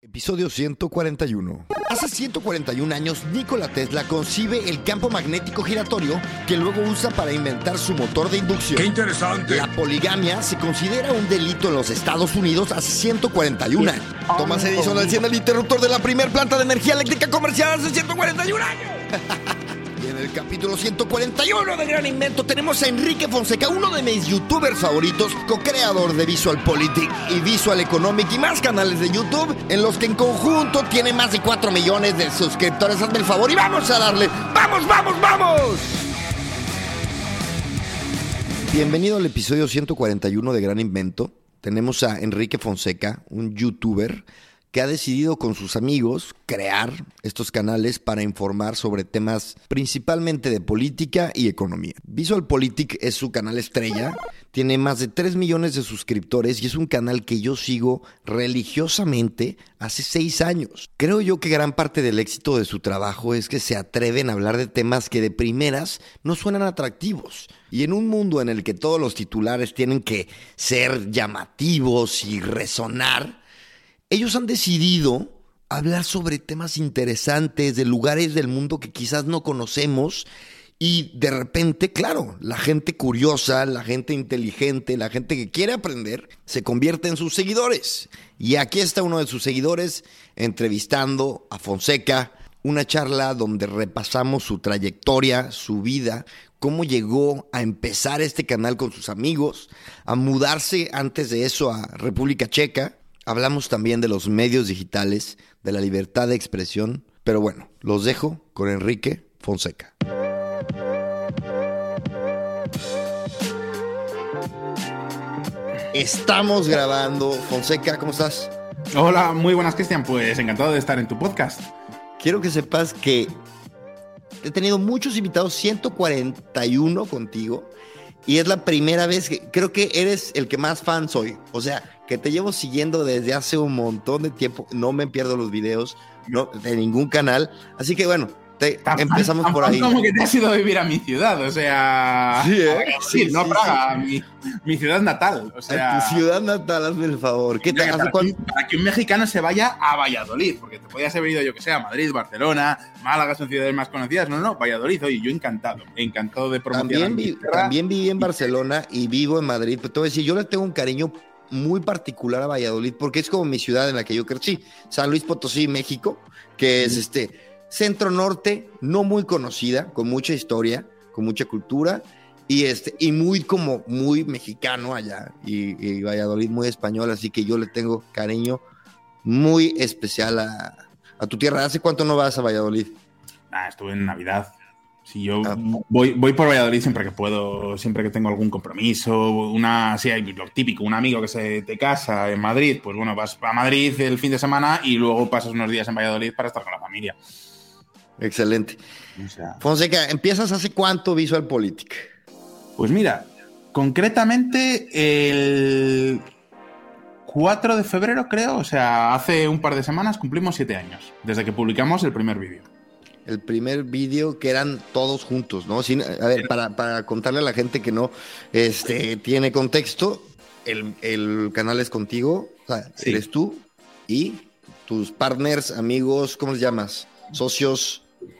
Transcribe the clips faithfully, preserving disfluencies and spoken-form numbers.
Episodio ciento cuarenta y uno. Hace ciento cuarenta y un años, Nikola Tesla concibe el campo magnético giratorio que luego usa para inventar su motor de inducción. ¡Qué interesante! La poligamia se considera un delito en los Estados Unidos hace ciento cuarenta y un años. Thomas Edison enciende el interruptor de la primer planta de energía eléctrica comercial hace ciento cuarenta y un años. Y en el capítulo ciento cuarenta y uno de Gran Invento tenemos a Enrique Fonseca, uno de mis youtubers favoritos, co-creador de VisualPolitik y Visual Economic y más canales de YouTube, en los que en conjunto tiene más de cuatro millones de suscriptores. Hazme el favor y vamos a darle. ¡Vamos, vamos, vamos! Bienvenido al episodio ciento cuarenta y uno de Gran Invento. Tenemos a Enrique Fonseca, un youtuber que ha decidido con sus amigos crear estos canales para informar sobre temas principalmente de política y economía. VisualPolitik es su canal estrella, tiene más de tres millones de suscriptores y es un canal que yo sigo religiosamente hace seis años. Creo yo que gran parte del éxito de su trabajo es que se atreven a hablar de temas que de primeras no suenan atractivos. Y en un mundo en el que todos los titulares tienen que ser llamativos y resonar, ellos han decidido hablar sobre temas interesantes, de lugares del mundo que quizás no conocemos y de repente, claro, la gente curiosa, la gente inteligente, la gente que quiere aprender, se convierte en sus seguidores. Y aquí está uno de sus seguidores entrevistando a Fonseca, una charla donde repasamos su trayectoria, su vida, cómo llegó a empezar este canal con sus amigos, a mudarse antes de eso a República Checa. Hablamos también de los medios digitales, de la libertad de expresión, pero bueno, los dejo con Enrique Fonseca. Estamos grabando. Fonseca, ¿cómo estás? Hola, muy buenas, Cristian. Pues encantado de estar en tu podcast. Quiero que sepas que he tenido muchos invitados, ciento cuarenta y uno contigo, y es la primera vez que creo que eres el que más fan soy. O sea, que te llevo siguiendo desde hace un montón de tiempo. No me pierdo los videos no, de ningún canal. Así que bueno, te, empezamos por ahí. Como que te has ido a vivir a mi ciudad, o sea... Sí, ¿eh? Sí, sí, no sí, Praga, sí. Mi, mi ciudad natal, o sea... A tu ciudad natal, hazme el favor. ¿Qué te hace para, cuando... que, para que un mexicano se vaya a Valladolid, porque te podías haber ido, yo que sé, a Madrid, Barcelona, Málaga, son ciudades más conocidas. No, no, Valladolid. Oye, yo encantado, encantado de promocionar. También, vi, también viví en Barcelona y vivo en Madrid, pero te voy a decir, yo le tengo un cariño muy particular a Valladolid porque es como mi ciudad en la que yo crecí, San Luis Potosí, México, que es este centro norte, no muy conocida, con mucha historia, con mucha cultura y este y muy como muy mexicano allá y, y Valladolid muy español, así que yo le tengo cariño muy especial a, a tu tierra. ¿Hace cuánto no vas a Valladolid? Ah, estuve en Navidad. Si yo ah. voy, voy por Valladolid siempre que puedo, siempre que tengo algún compromiso, una, sí, lo típico, un amigo que se te casa en Madrid, pues bueno, vas a Madrid el fin de semana y luego pasas unos días en Valladolid para estar con la familia. Excelente. O sea, Fonseca, ¿empiezas hace cuánto VisualPolitik? Pues mira, concretamente el cuatro de febrero creo, o sea, hace un par de semanas cumplimos siete años, desde que publicamos el primer vídeo. El primer vídeo que eran todos juntos, ¿no? Sin, a ver, para, para contarle a la gente que no este, tiene contexto, el, el canal es contigo, o sea, sí. Eres tú y tus partners, amigos, ¿cómo les llamas? Socios.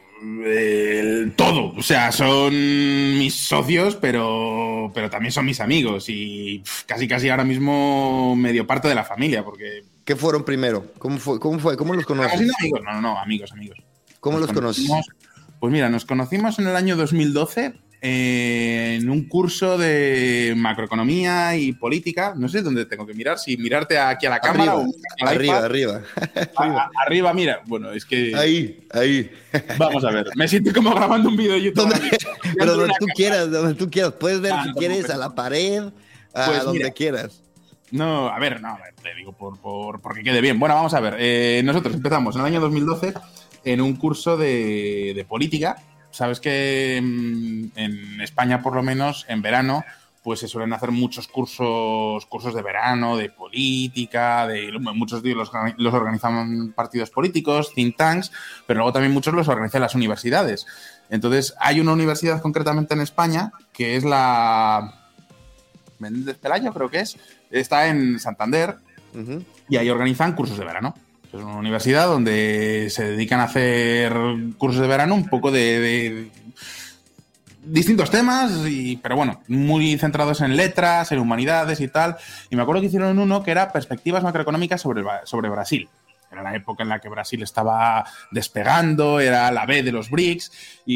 El, todo, o sea, son mis socios, pero, pero también son mis amigos y pff, casi casi ahora mismo medio parte de la familia, porque... ¿Qué fueron primero? ¿Cómo fue? ¿Cómo, fue? ¿Cómo los conoces? Amigos, no, no, no, amigos, amigos. ¿Cómo nos los conoces? Pues mira, nos conocimos en el año dos mil doce eh, en un curso de macroeconomía y política. No sé dónde tengo que mirar, si mirarte aquí a la cámara arriba, o arriba, arriba, arriba. Arriba, mira. Bueno, es que... Ahí, ahí. Vamos a ver, me siento como grabando un vídeo de YouTube. ¿Dónde? Pero donde tú quieras, donde tú quieras. Puedes ver ah, si no, quieres a la pared, a pues donde mira, quieras. No, a ver, no, a ver, te digo por, por, porque quede bien. Bueno, vamos a ver. Eh, nosotros empezamos en el año dos mil doce en un curso de, de política. Sabes que en, en España, por lo menos, en verano, pues se suelen hacer muchos cursos cursos de verano, de política, de muchos de los, los organizan partidos políticos, think tanks, pero luego también muchos los organizan las universidades. Entonces, hay una universidad concretamente en España, que es la Méndez Pelayo, creo que es, está en Santander, uh-huh. y ahí organizan cursos de verano. O Es una universidad donde se dedican a hacer cursos de verano un poco de, de distintos temas, y, pero bueno, muy centrados en letras, en humanidades y tal. Y me acuerdo que hicieron uno que era perspectivas macroeconómicas sobre, sobre Brasil. Era la época en la que Brasil estaba despegando, era la B de los BRICS,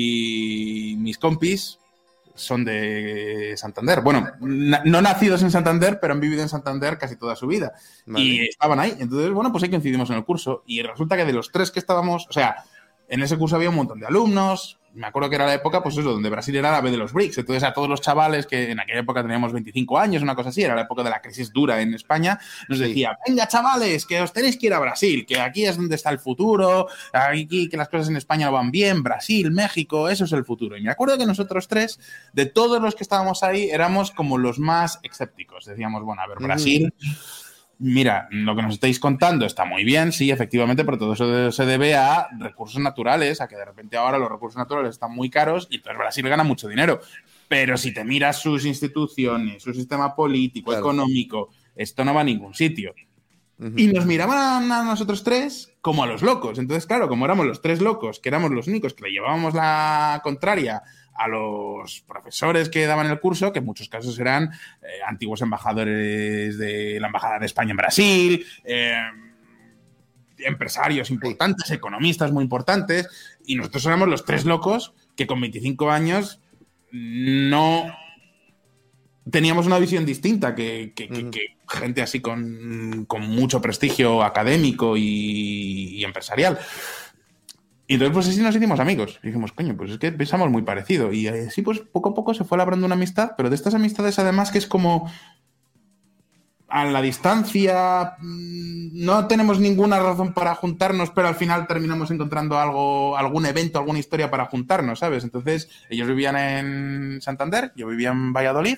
y mis compis son de Santander. Bueno, na- no nacidos en Santander, pero han vivido en Santander casi toda su vida. Vale. Y estaban ahí. Entonces, bueno, pues ahí coincidimos en el curso. Y resulta que de los tres que estábamos, o sea, en ese curso había un montón de alumnos. Me acuerdo que era la época, pues eso, donde Brasil era la B de los BRICS. Entonces, a todos los chavales que en aquella época teníamos veinticinco años, una cosa así, era la época de la crisis dura en España, nos decía, sí. venga, chavales, que os tenéis que ir a Brasil, que aquí es donde está el futuro, aquí que las cosas en España no van bien, Brasil, México, eso es el futuro. Y me acuerdo que nosotros tres, de todos los que estábamos ahí, éramos como los más escépticos. Decíamos, bueno, a ver, Brasil... Mm. Mira, lo que nos estáis contando está muy bien, sí, efectivamente, pero todo eso se debe a recursos naturales, a que de repente ahora los recursos naturales están muy caros y entonces Brasil gana mucho dinero. Pero si te miras sus instituciones, su sistema político, claro. económico, esto no va a ningún sitio. Uh-huh. Y nos miraban a nosotros tres como a los locos. Entonces, claro, como éramos los tres locos, que éramos los únicos que le llevábamos la contraria a los profesores que daban el curso, que en muchos casos eran eh, antiguos embajadores de la Embajada de España en Brasil, eh, empresarios importantes, sí. economistas muy importantes, y nosotros éramos los tres locos que con veinticinco años no teníamos una visión distinta que, que, que, que gente así con, con mucho prestigio académico y, y empresarial. Y entonces, pues así nos hicimos amigos. Y dijimos, coño, pues es que pensamos muy parecido. Y así, pues poco a poco se fue labrando una amistad, pero de estas amistades, además, que es como a la distancia, no tenemos ninguna razón para juntarnos, pero al final terminamos encontrando algo, algún evento, alguna historia para juntarnos, ¿sabes? Entonces, ellos vivían en Santander, yo vivía en Valladolid,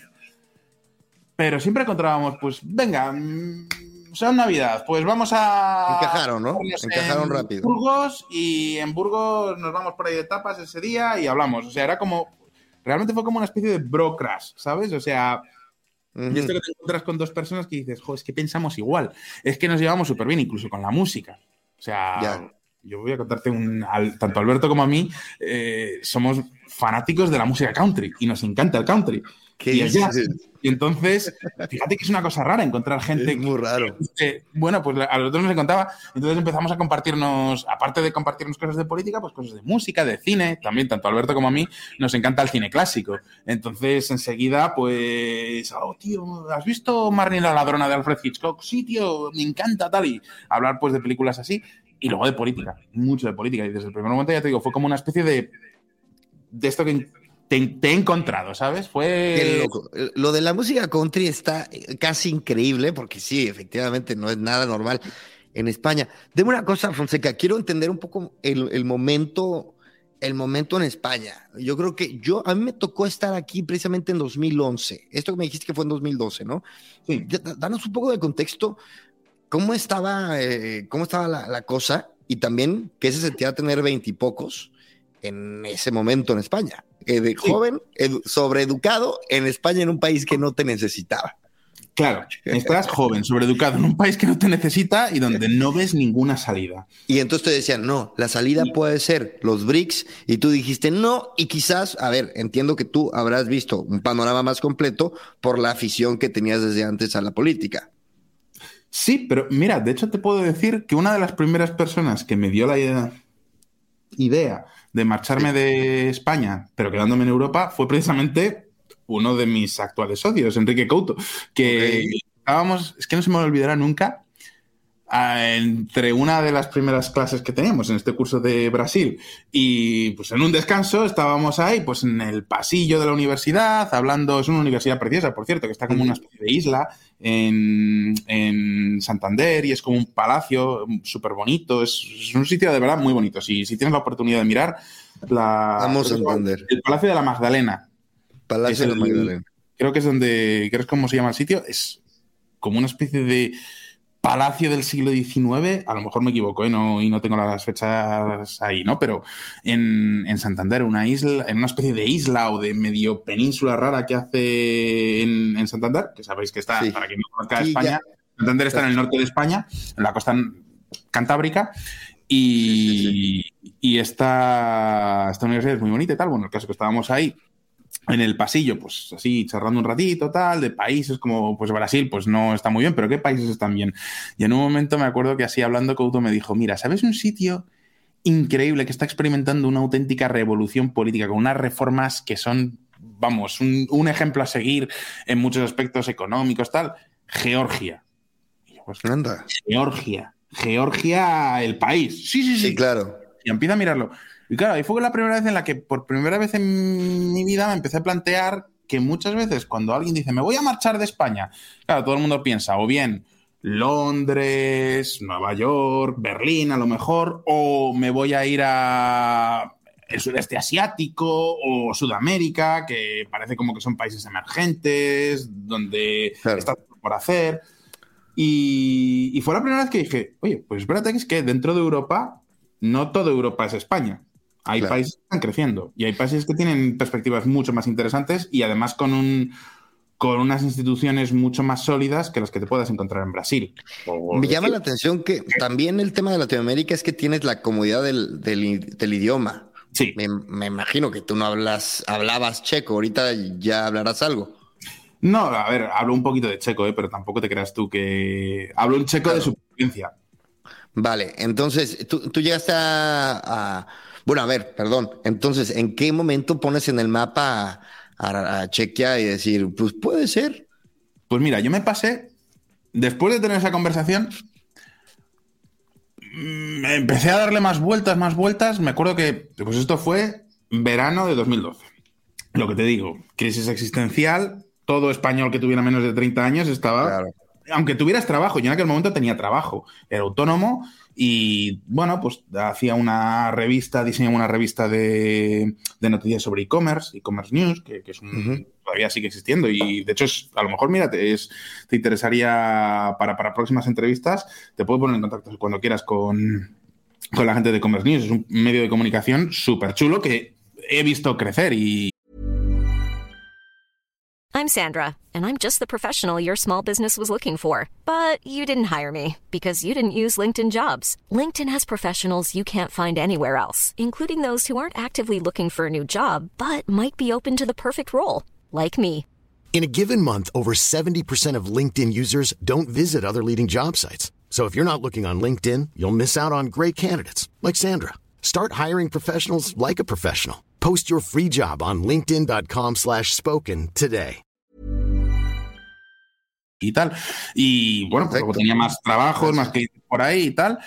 pero siempre encontrábamos, pues, venga... Son Navidad, pues vamos a... Encajaron, ¿no? Encajaron rápido. Burgos, y en Burgos nos vamos por ahí de tapas ese día y hablamos. O sea, era como... Realmente fue como una especie de bro crash, ¿sabes? O sea... Uh-huh. Y esto que te encuentras con dos personas que dices, jo, es que pensamos igual. Es que nos llevamos súper bien, incluso con la música. O sea... Yeah. Yo voy a contarte un... Al, tanto Alberto como a mí eh, somos fanáticos de la música country y nos encanta el country. ¿Qué y, allá, y entonces, fíjate que es una cosa rara encontrar gente... Es muy raro. Que, bueno, pues a los dos nos encantaba. Entonces empezamos a compartirnos, aparte de compartirnos cosas de política, pues cosas de música, de cine. También, tanto a Alberto como a mí, nos encanta el cine clásico. Entonces, enseguida, pues... Oh, tío, ¿has visto Marnie la ladrona de Alfred Hitchcock? Sí, tío, me encanta tal. Y hablar, pues, de películas así. Y luego de política, mucho de política. Y desde el primer momento, ya te digo, fue como una especie de... De esto que... Te, te he encontrado, ¿sabes? Fue... Qué loco. Lo de la música country está casi increíble, porque sí, efectivamente no es nada normal en España. Dime una cosa, Fonseca, quiero entender un poco el, el momento, el momento en España. Yo creo que yo, a mí me tocó estar aquí precisamente en dos mil once. Esto que me dijiste que fue en dos mil doce, ¿no? Sí. Danos un poco de contexto. ¿Cómo estaba, eh, cómo estaba la, la cosa? Y también, ¿qué se sentía tener veintipocos en ese momento en España? Eh, de joven, edu- sobreeducado en España, en un país que no te necesitaba. Claro, estás joven, sobreeducado en un país que no te necesita y donde no ves ninguna salida. Y entonces te decían, no, la salida puede ser los BRICS, y tú dijiste no, y quizás, a ver, entiendo que tú habrás visto un panorama más completo por la afición que tenías desde antes a la política. Sí, pero mira, de hecho te puedo decir que una de las primeras personas que me dio la idea, idea de marcharme sí. de España, pero quedándome en Europa, fue precisamente uno de mis actuales socios, Enrique Couto, que okay. estábamos, es que no se me olvidará nunca, entre una de las primeras clases que teníamos en este curso de Brasil y pues en un descanso estábamos ahí pues en el pasillo de la universidad hablando. Es una universidad preciosa, por cierto, que está como una especie de isla en, en Santander y es como un palacio súper bonito. Es, es un sitio de verdad muy bonito. Si, si tienes la oportunidad de mirar la, Vamos a Santander. El Palacio de la Magdalena. Palacio de la Magdalena. Creo que es donde, ¿crees cómo se llama el sitio? Es como una especie de palacio del siglo diecinueve, a lo mejor me equivoco, ¿eh? no, y no tengo las fechas ahí, ¿no? Pero en, en Santander, una isla, en una especie de isla o de medio península rara que hace en, en Santander, que sabéis que está, sí. para quien no conozca sí, España, ya. Santander está en el norte de España, en la costa cantábrica. Y, sí, sí, sí. y esta, esta universidad es muy bonita y tal. Bueno, el caso que estábamos ahí en el pasillo, pues así, charlando un ratito, tal, de países como pues Brasil, pues no está muy bien, pero ¿qué países están bien? Y en un momento me acuerdo que así hablando, Couto me dijo, mira, ¿sabes un sitio increíble que está experimentando una auténtica revolución política con unas reformas que son, vamos, un, un ejemplo a seguir en muchos aspectos económicos, tal? Georgia. Y yo, pues, Anda. Georgia. Georgia, el país. Sí, sí, sí. Sí, claro. Y empieza a mirarlo. Y claro, ahí fue la primera vez en la que por primera vez en mi vida me empecé a plantear que muchas veces cuando alguien dice me voy a marchar de España, claro, todo el mundo piensa o bien Londres, Nueva York, Berlín a lo mejor, o me voy a ir a el sudeste asiático o Sudamérica, que parece como que son países emergentes, donde claro. está por hacer. Y, y fue la primera vez que dije, oye, pues espérate que es que dentro de Europa no toda Europa es España. Hay claro. países que están creciendo y hay países que tienen perspectivas mucho más interesantes y además con un con unas instituciones mucho más sólidas que las que te puedas encontrar en Brasil. O, Me llama decir. la atención que también el tema de Latinoamérica es que tienes la comodidad del, del, del idioma. Sí. Me, me imagino que tú no hablas, hablabas checo, ahorita ya hablarás algo. No, a ver, hablo un poquito de checo, ¿eh? Pero tampoco te creas tú que... Hablo un checo claro. de supervivencia. Vale, entonces, tú, tú llegaste a, a... Bueno, a ver, perdón. Entonces, ¿en qué momento pones en el mapa a, a, a Chequia y decir, pues puede ser? Pues mira, yo me pasé, después de tener esa conversación, me empecé a darle más vueltas, más vueltas. Me acuerdo que, pues esto fue verano de dos mil doce. Lo que te digo, crisis existencial... Todo español que tuviera menos de treinta años estaba... Claro. Aunque tuvieras trabajo, yo en aquel momento tenía trabajo, era autónomo y, bueno, pues hacía una revista, diseñaba una revista de, de noticias sobre e-commerce, e-commerce news, que, que es un, uh-huh. todavía sigue existiendo y, de hecho, es, a lo mejor, mírate, es, te interesaría para, para próximas entrevistas, te puedo poner en contacto cuando quieras con, con la gente de e-commerce news. Es un medio de comunicación súper chulo que he visto crecer y I'm Sandra, and I'm just the professional your small business was looking for. But you didn't hire me because you didn't use LinkedIn Jobs. LinkedIn has professionals you can't find anywhere else, including those who aren't actively looking for a new job, but might be open to the perfect role, like me. In a given month, over seventy percent of LinkedIn users don't visit other leading job sites. So if you're not looking on LinkedIn, you'll miss out on great candidates, like Sandra. Start hiring professionals like a professional. Post your free job on linkedin.com slash spoken today. Y tal. Y bueno, pues luego tenía más trabajos, más que por ahí y tal.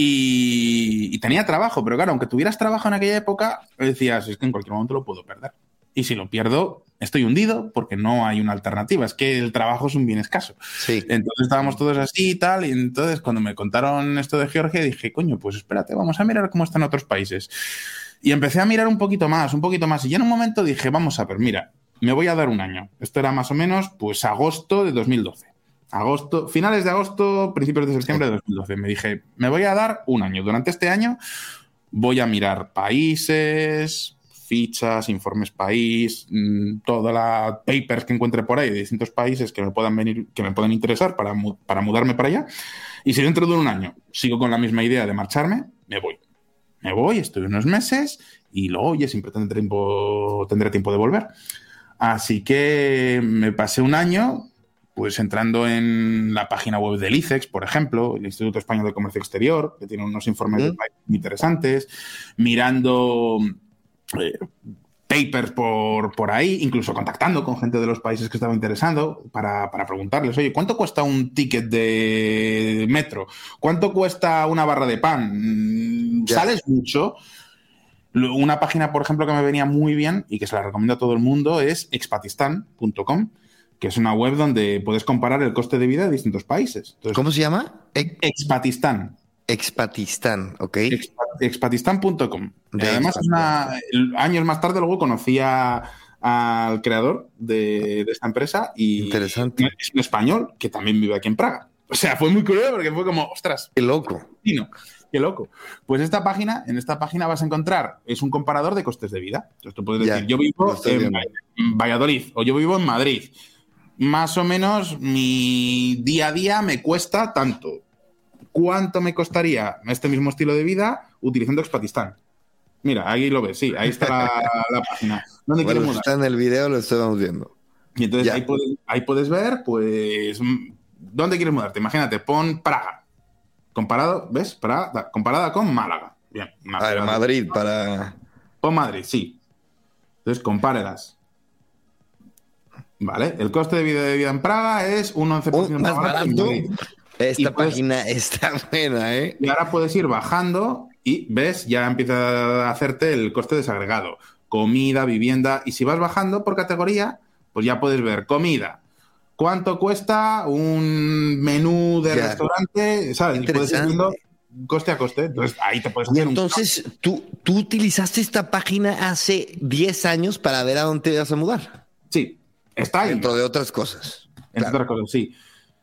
Y, y tenía trabajo, pero claro, aunque tuvieras trabajo en aquella época, decías, es que en cualquier momento lo puedo perder. Y si lo pierdo, estoy hundido porque no hay una alternativa. Es que el trabajo es un bien escaso. Sí. Entonces estábamos todos así y tal. Y entonces cuando me contaron esto de Georgia, dije, coño, pues espérate, vamos a mirar cómo están otros países. Y empecé a mirar un poquito más, un poquito más. Y ya en un momento dije, vamos a ver, mira, me voy a dar un año. Esto era más o menos, pues, agosto de dos mil doce. Agosto, finales de agosto, principios de septiembre de dos mil doce. Me dije, me voy a dar un año. Durante este año voy a mirar países, fichas, informes país, todas las papers que encuentre por ahí de distintos países que me puedan venir, que me puedan interesar para, para mudarme para allá. Y si dentro de un año sigo con la misma idea de marcharme, me voy. Me voy, estoy unos meses y luego, oye, siempre tendré tiempo, tendré tiempo de volver. Así que me pasé un año pues entrando en la página web del I C E X, por ejemplo, el Instituto Español de Comercio Exterior, que tiene unos informes ¿Mm? de país muy interesantes, mirando eh, papers por, por ahí, incluso contactando con gente de los países que estaba interesando para, para preguntarles, oye, ¿cuánto cuesta un ticket de metro? ¿Cuánto cuesta una barra de pan? Ya. ¿Sales mucho? Una página, por ejemplo, que me venía muy bien y que se la recomiendo a todo el mundo es expatistan punto com, que es una web donde puedes comparar el coste de vida de distintos países. Entonces, ¿cómo se llama? Ex- Expatistan. Expatistan, ok. expatistan punto com. Y además, una, años más tarde, luego conocí a, al creador de, de esta empresa y interesante. Es un español que también vive aquí en Praga. O sea, fue muy curioso porque fue como, ostras. Qué loco. No, qué loco. Pues esta página, en esta página vas a encontrar, es un comparador de costes de vida. Entonces tú puedes decir, ya, yo vivo en, en Valladolid o yo vivo en Madrid. Más o menos mi día a día me cuesta tanto. ¿cuánto me costaría este mismo estilo de vida utilizando Expatistán? Mira, ahí lo ves, sí, ahí está la, la página. ¿Dónde Bueno, quieres mudar? está en el video, lo estamos viendo. Y entonces Ya. ahí puedes, ahí puedes ver, pues, ¿dónde quieres mudarte? Imagínate, pon Praga. Comparado, ¿ves? Praga, comparada con Málaga. Bien. una A ver, ciudad- Madrid para... Pon Madrid, sí. Entonces, compárelas. Vale, el coste de vida de vida en Praga es un once por ciento Un- más más barato que en barato. Madrid. Esta Y puedes- página está buena, ¿eh? Y ahora puedes ir bajando y, ¿ves? Ya empieza a hacerte el coste desagregado. Comida, vivienda. Y si vas bajando por categoría, pues ya puedes ver comida. ¿Cuánto cuesta un menú de Ya. restaurante? ¿Sabes? Y puedes ir Interesante. viendo coste a coste. Entonces ahí te puedes Y hacer un... entonces, ¿tú, tú utilizaste esta página hace diez años para ver a dónde te ibas a mudar. Sí, está ahí. Dentro de otras cosas. Entre Claro. otras cosas, sí.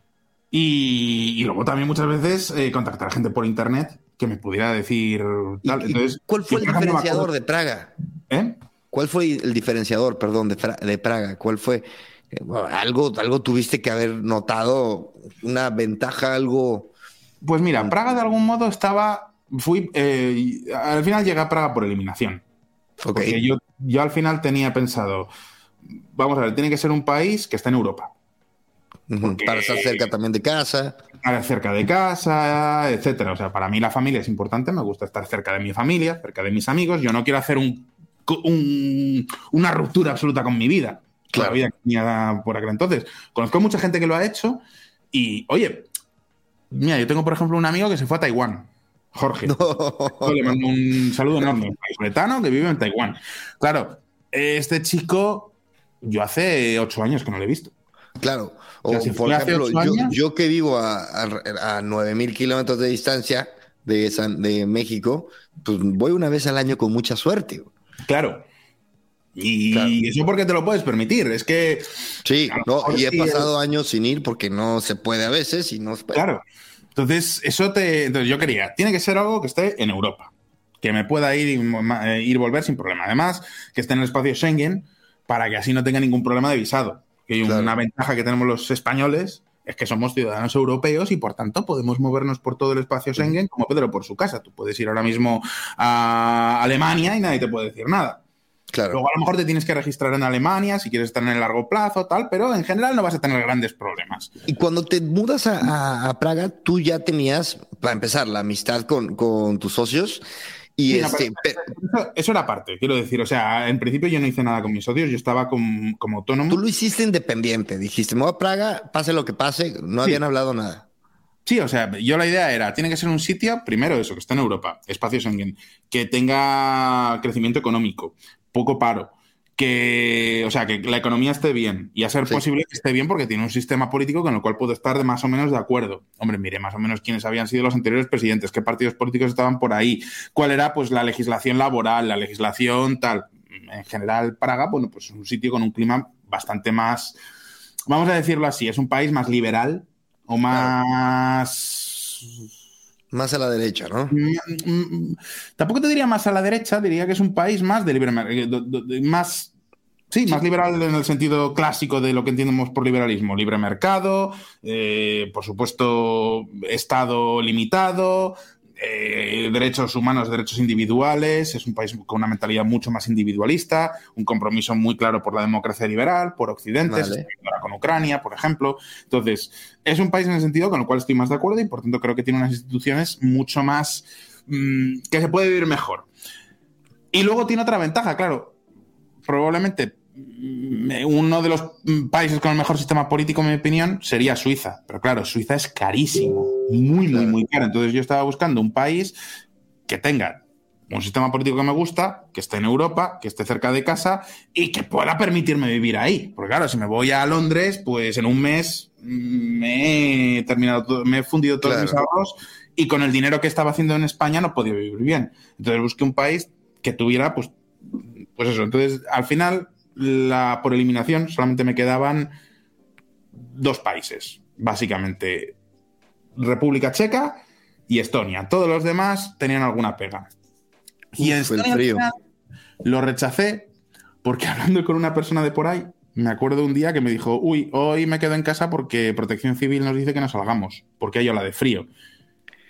Y, y luego también muchas veces eh, contactar a gente por internet que me pudiera decir ¿Y- tal. y Entonces, ¿Cuál fue si, el por ejemplo, me diferenciador acuerdo- de Praga? ¿Eh? ¿Cuál fue el diferenciador, perdón, de, Fra- de Praga? ¿Cuál fue? Eh, bueno, algo, algo tuviste que haber notado, una ventaja, algo... Pues mira, Praga de algún modo estaba. Fui. eh, al final llegué a Praga por eliminación. Ok. Porque yo, yo al final tenía pensado. Vamos a ver, tiene que ser un país que está en Europa. Ujú, porque- Para estar cerca también de casa. Cerca de casa, etcétera. O sea, para mí la familia es importante, me gusta estar cerca de mi familia, cerca de mis amigos. Yo no quiero hacer un, un- una ruptura absoluta con mi vida. Con Claro. la vida que tenía por aquel entonces. Conozco mucha gente que lo ha hecho y, oye, mira, yo tengo, por ejemplo, un amigo que se fue a Taiwán, Jorge. Yo le mando un saludo enorme, un país bretano que vive en Taiwán. Claro, este chico, yo hace ocho años que no lo he visto. Claro. O, O sea, si por fue hace ejemplo, ocho yo, años- yo que vivo a, a, a nueve mil kilómetros de distancia de, San- de México, pues voy una vez al año con mucha suerte. Claro. Y Claro. eso porque te lo puedes permitir. Es que, Sí, A lo no, mejor y he sí, pasado años sin ir porque no se puede a veces y no se puede. claro. Entonces, eso te. Entonces, yo quería, tiene que ser algo que esté en Europa. Que me pueda ir y ma- eh, ir y volver sin problema. Además, que esté en el espacio Schengen para que así no tenga ningún problema de visado. Que hay Claro. una ventaja que tenemos los españoles es que somos ciudadanos europeos y por tanto podemos movernos por todo el espacio Schengen como Pedro por su casa. Tú puedes ir ahora mismo a Alemania y nadie te puede decir nada. Claro. Luego a lo mejor te tienes que registrar en Alemania si quieres estar en el largo plazo, tal, pero en general no vas a tener grandes problemas. Y cuando te mudas a, a- a Praga, tú ya tenías, para empezar, la amistad con, con tus socios. Y Sí, no, este, pero- pe- Eso, eso era parte, quiero decir. O sea, en principio yo no hice nada con mis socios, yo estaba con- como autónomo. tú lo hiciste independiente. Dijiste, me voy a Praga, pase lo que pase. No Sí. habían hablado nada. Sí, o sea, yo la idea era, tiene que ser un sitio, primero eso, que esté en Europa, espacio Schengen, que tenga crecimiento económico, poco paro, que, o sea, que la economía esté bien y a ser Sí. posible que esté bien porque tiene un sistema político con el cual puedo estar de más o menos de acuerdo. Hombre, mire más o menos quiénes habían sido los anteriores presidentes, qué partidos políticos estaban por ahí, cuál era pues la legislación laboral, la legislación tal. En general, Praga, bueno, pues es un sitio con un clima bastante más, vamos a decirlo así, es un país más liberal o más... Más a la derecha, ¿no? Mm, mm, Tampoco te diría más a la derecha, diría que es un país más de libre mercado, más, sí, más liberal en el sentido clásico de lo que entendemos por liberalismo. Libre mercado, eh, por supuesto, Estado limitado, eh, derechos humanos, derechos individuales. Es un país con una mentalidad mucho más individualista, un compromiso muy claro por la democracia liberal, por Occidente, Vale. se está viendo ahora con Ucrania, por ejemplo. Entonces, es un país en el sentido con el cual estoy más de acuerdo y por tanto creo que tiene unas instituciones mucho más mmm, que se puede vivir mejor. Y luego tiene otra ventaja, claro. Probablemente mm, uno de los mm, países con el mejor sistema político, en mi opinión, sería Suiza. Pero claro, Suiza es carísimo, muy, muy, muy caro. Entonces yo estaba buscando un país que tenga un sistema político que me gusta, que esté en Europa, que esté cerca de casa y que pueda permitirme vivir ahí. Porque claro, si me voy a Londres, pues en un mes mm, me he terminado, todo- me he fundido todos Claro. mis ahorros y con el dinero que estaba haciendo en España no podía vivir bien. Entonces busqué un país que tuviera, pues, pues eso. Entonces, al final, la, por eliminación, solamente me quedaban dos países, básicamente. República Checa y Estonia. Todos los demás tenían alguna pega. Y Uf, el Estonia, al frío. final, lo rechacé porque hablando con una persona de por ahí, me acuerdo un día que me dijo, uy, hoy me quedo en casa porque Protección Civil nos dice que no salgamos, porque hay ola de frío.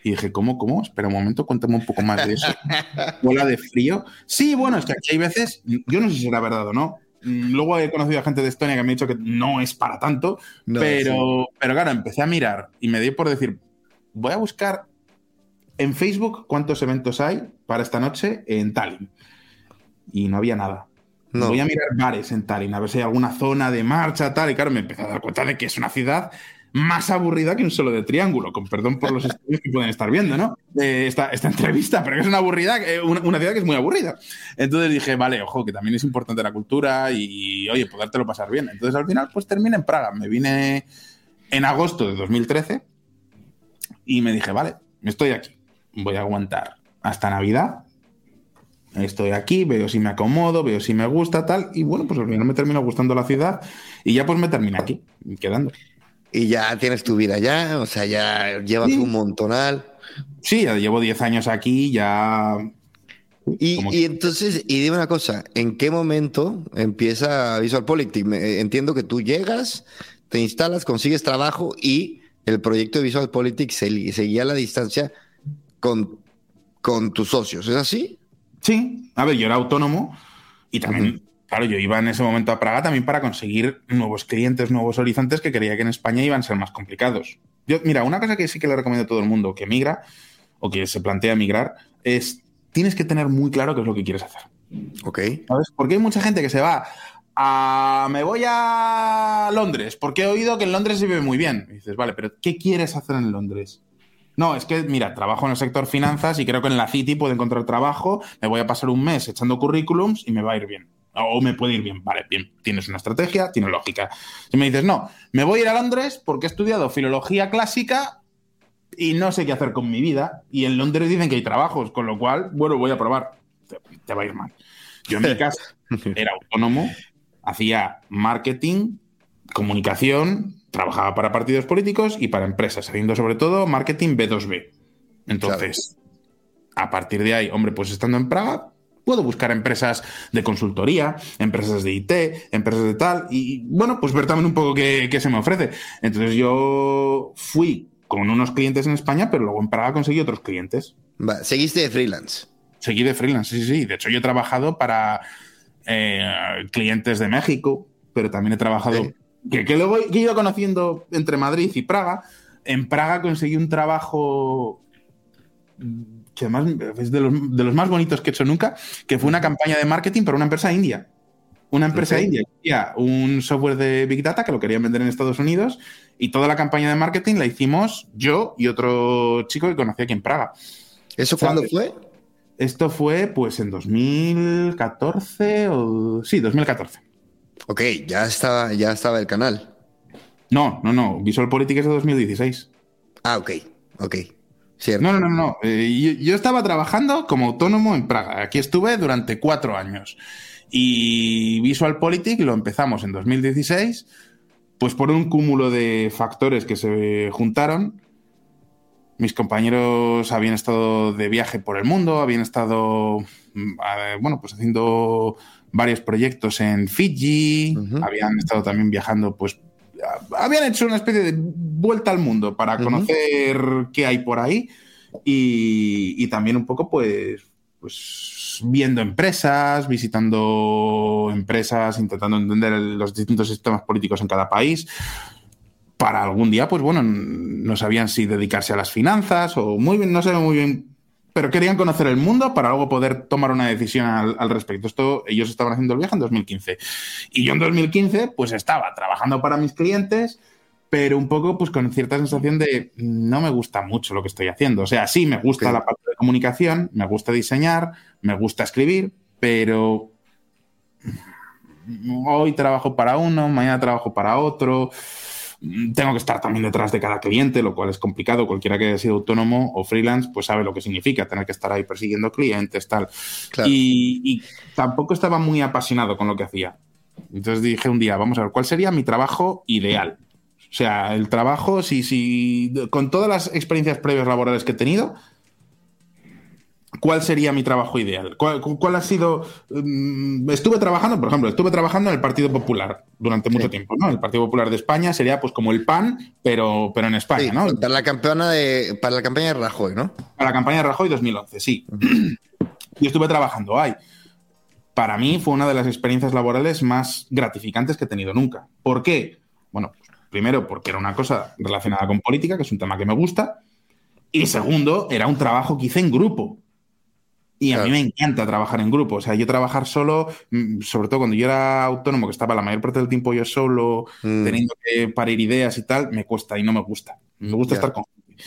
Y dije, ¿cómo, cómo? Espera un momento, cuéntame un poco más de eso. Bola de frío. Sí, bueno, es que aquí hay veces, yo no sé si será verdad o no. Luego he conocido a gente de Estonia que me ha dicho que no es para tanto, no, pero, sí. pero claro, empecé a mirar y me di por decir, voy a buscar en Facebook cuántos eventos hay para esta noche en Tallinn. Y no había nada. No. Voy a mirar bares en Tallinn, a ver si hay alguna zona de marcha, tal. Y claro, me empecé a dar cuenta de que es una ciudad más aburrida que un solo de Triángulo, con perdón por los estudios que pueden estar viendo, ¿no? Eh, esta, esta entrevista, pero que es una aburrida, una, una ciudad que es muy aburrida. Entonces dije, vale, ojo, que también es importante la cultura y, oye, podértelo pasar bien. Entonces al final, pues terminé en Praga. Me vine en agosto de dos mil trece y me dije, vale, estoy aquí. Voy a aguantar hasta Navidad. Estoy aquí, veo si me acomodo, veo si me gusta, tal. Y bueno, pues al final me terminó gustando la ciudad y ya pues me terminé aquí, quedando. Y ya tienes tu vida ya, o sea, ya llevas sí. un montonal. Sí, ya llevo diez años aquí, ya... Y, y entonces, y dime una cosa, ¿en qué momento empieza VisualPolitik? Entiendo que tú llegas, te instalas, consigues trabajo y el proyecto de VisualPolitik se, seguía a la distancia con, con tus socios, ¿es así? Sí, a ver, yo era autónomo y también... Uh-huh. Claro, yo iba en ese momento a Praga también para conseguir nuevos clientes, nuevos horizontes que creía que en España iban a ser más complicados. Yo, mira, una cosa que sí que le recomiendo a todo el mundo que migra o que se plantea migrar es tienes que tener muy claro qué es lo que quieres hacer. Ok. ¿Sabes? Porque hay mucha gente que se va a... Me voy a Londres porque he oído que en Londres se vive muy bien. Y dices, vale, pero ¿qué quieres hacer en Londres? No, es que, mira, trabajo en el sector finanzas y creo que en la City puedo encontrar trabajo, me voy a pasar un mes echando currículums y me va a ir bien. O me puede ir bien, vale, bien, tienes una estrategia, tiene lógica. Si me dices, no, me voy a ir a Londres porque he estudiado filología clásica y no sé qué hacer con mi vida, y en Londres dicen que hay trabajos, con lo cual, bueno, voy a probar. Te, te va a ir mal. Yo en mi caso era autónomo, hacía marketing, comunicación, trabajaba para partidos políticos y para empresas, haciendo sobre todo marketing B dos B. Entonces, claro. A partir de ahí, hombre, pues estando en Praga, puedo buscar empresas de consultoría, empresas de I T, empresas de tal, y bueno, pues ver también un poco qué, qué se me ofrece. Entonces yo fui con unos clientes en España, pero luego en Praga conseguí otros clientes. Va, ¿seguiste de freelance? Seguí de freelance, sí, sí. De hecho, yo he trabajado para eh, clientes de México, pero también he trabajado... Sí. Que, que luego he ido conociendo entre Madrid y Praga. En Praga conseguí un trabajo... que además es de los, de los más bonitos que he hecho nunca, que fue una campaña de marketing para una empresa india. Una empresa okay. india que tenía un software de Big Data que lo querían vender en Estados Unidos y toda la campaña de marketing la hicimos yo y otro chico que conocí aquí en Praga. ¿Eso cuándo fue? Esto fue pues en dos mil catorce o... Sí, dos mil catorce. Ok, ya estaba, ya estaba el canal. No, no, no. VisualPolitik es de dos mil dieciséis. Ah, ok, ok. Cierto. No, no, no, no. Eh, yo, yo estaba trabajando como autónomo en Praga. Aquí estuve durante cuatro años. Y VisualPolitik lo empezamos en dos mil dieciséis, pues por un cúmulo de factores que se juntaron. Mis compañeros habían estado de viaje por el mundo, habían estado, eh, bueno, pues haciendo varios proyectos en Fiji, uh-huh. habían estado también viajando, pues habían hecho una especie de vuelta al mundo para conocer uh-huh. qué hay por ahí y, y también un poco pues, pues viendo empresas, visitando empresas, intentando entender los distintos sistemas políticos en cada país para algún día, pues bueno, no sabían si dedicarse a las finanzas o muy bien, no sé muy bien, pero querían conocer el mundo para luego poder tomar una decisión al, al respecto. Esto, ellos estaban haciendo el viaje en dos mil quince. Y yo en dos mil quince, pues estaba trabajando para mis clientes, pero un poco pues con cierta sensación de no me gusta mucho lo que estoy haciendo. O sea, sí, me gusta okay. la parte de comunicación, me gusta diseñar, me gusta escribir, pero hoy trabajo para uno, mañana trabajo para otro... Tengo que estar también detrás de cada cliente, lo cual es complicado. Cualquiera que haya sido autónomo o freelance, pues sabe lo que significa tener que estar ahí persiguiendo clientes, tal. Claro. Y, y tampoco estaba muy apasionado con lo que hacía. Entonces dije un día, vamos a ver, ¿cuál sería mi trabajo ideal? O sea, el trabajo, si, si con todas las experiencias previas laborales que he tenido, ¿cuál sería mi trabajo ideal? ¿Cuál, cuál ha sido...? Um, estuve trabajando, por ejemplo, estuve trabajando en el Partido Popular durante mucho sí. tiempo, ¿no? El Partido Popular de España sería pues como el P A N, pero, pero en España, sí, ¿no? Para la, campeona de, para la campaña de Rajoy, ¿no? Para la campaña de Rajoy dos mil once, sí. Uh-huh. Yo estuve trabajando ahí. Para mí fue una de las experiencias laborales más gratificantes que he tenido nunca. ¿Por qué? Bueno, primero porque era una cosa relacionada con política, que es un tema que me gusta. Y segundo, era un trabajo que hice en grupo. Y a claro. mí me encanta trabajar en grupo. O sea, yo trabajar solo, sobre todo cuando yo era autónomo, que estaba la mayor parte del tiempo yo solo, mm. teniendo que parir ideas y tal, me cuesta y no me gusta. Me gusta yeah. estar con gente.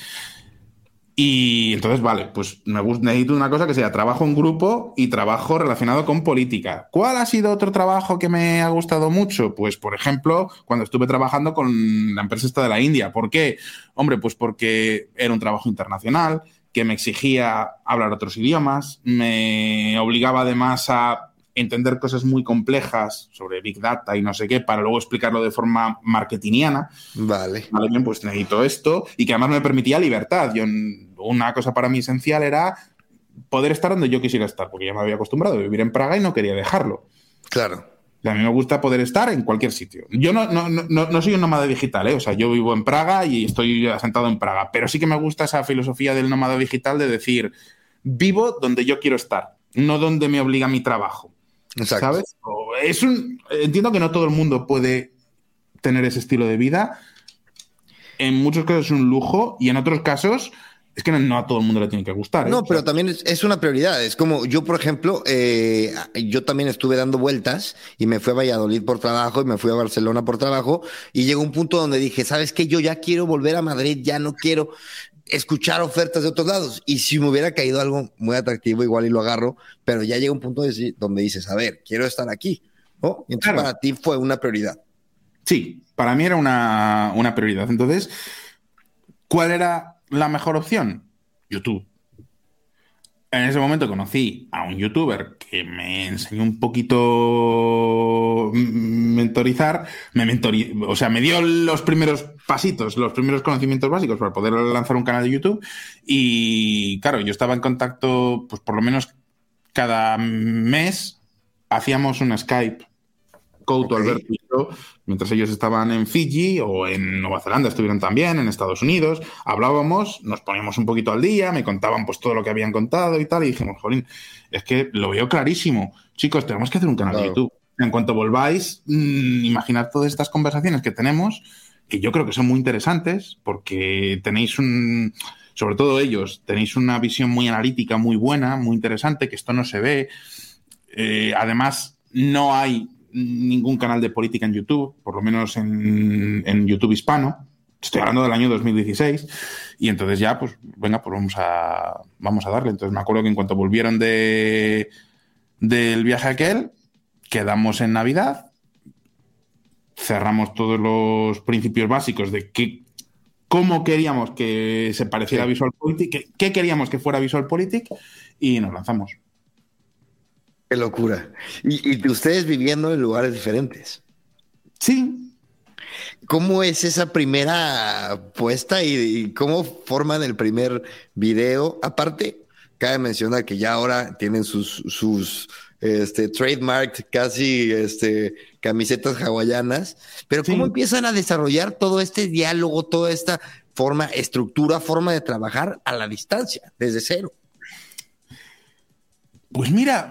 Y entonces, vale, pues me gusta, necesito una cosa que sea trabajo en grupo y trabajo relacionado con política. ¿Cuál ha sido otro trabajo que me ha gustado mucho? Pues, por ejemplo, cuando estuve trabajando con la empresa esta de la India. ¿Por qué? Hombre, pues porque era un trabajo internacional, que me exigía hablar otros idiomas, me obligaba además a entender cosas muy complejas sobre Big Data y no sé qué, para luego explicarlo de forma marketingiana. Vale. Vale, bien, pues necesito esto. Y que además me permitía libertad. Yo, una cosa para mí esencial era poder estar donde yo quisiera estar, porque ya me había acostumbrado a vivir en Praga y no quería dejarlo. Claro. A mí me gusta poder estar en cualquier sitio. Yo no, no, no, no soy un nómada digital, ¿eh? O sea, yo vivo en Praga y estoy asentado en Praga, pero sí que me gusta esa filosofía del nómada digital de decir, vivo donde yo quiero estar, no donde me obliga mi trabajo. Exacto. ¿Sabes? Es un, entiendo que no todo el mundo puede tener ese estilo de vida. En muchos casos es un lujo y en otros casos es que no, no a todo el mundo le tiene que gustar, ¿eh? No, o pero sea, también es, es una prioridad. Es como yo, por ejemplo, eh, yo también estuve dando vueltas y me fui a Valladolid por trabajo y me fui a Barcelona por trabajo y llegó un punto donde dije, ¿sabes qué? Yo ya quiero volver a Madrid, ya no quiero escuchar ofertas de otros lados. Y si me hubiera caído algo muy atractivo, igual y lo agarro, pero ya llega un punto de, donde dices, a ver, quiero estar aquí, ¿no? Y entonces claro. para ti fue una prioridad. Sí, para mí era una, una prioridad. Entonces, ¿cuál era la mejor opción? YouTube. En ese momento conocí a un youtuber que me enseñó un poquito mentorizar, me mentori, o sea, me dio los primeros pasitos, los primeros conocimientos básicos para poder lanzar un canal de YouTube. Y claro, yo estaba en contacto, pues por lo menos cada mes hacíamos un Skype. Couto, okay. Alberto y yo, mientras ellos estaban en Fiji o en Nueva Zelanda, estuvieron también, en Estados Unidos, hablábamos, nos poníamos un poquito al día, me contaban pues todo lo que habían contado y tal, y dijimos, jolín, es que lo veo clarísimo. Chicos, tenemos que hacer un canal claro. de YouTube. En cuanto volváis, mmm, imaginad todas estas conversaciones que tenemos, que yo creo que son muy interesantes, porque tenéis un... Sobre todo ellos, tenéis una visión muy analítica, muy buena, muy interesante, que esto no se ve. Eh, además, no hay ningún canal de política en YouTube, por lo menos en, en YouTube hispano. Estoy hablando del año dos mil dieciséis. Y entonces ya, pues, venga, pues vamos a, vamos a darle. Entonces me acuerdo que en cuanto volvieron de del viaje aquel, quedamos en Navidad, cerramos todos los principios básicos de qué, cómo queríamos que se pareciera sí. a VisualPolitik, qué, qué queríamos que fuera VisualPolitik, y nos lanzamos. Qué locura. Y, y ustedes viviendo en lugares diferentes. Sí. ¿Cómo es esa primera puesta y, y cómo forman el primer video? Aparte, cabe mencionar que ya ahora tienen sus, sus este, trademark, casi este, camisetas hawaianas. Pero ¿cómo sí. empiezan a desarrollar todo este diálogo, toda esta forma, estructura, forma de trabajar a la distancia, desde cero? Pues mira,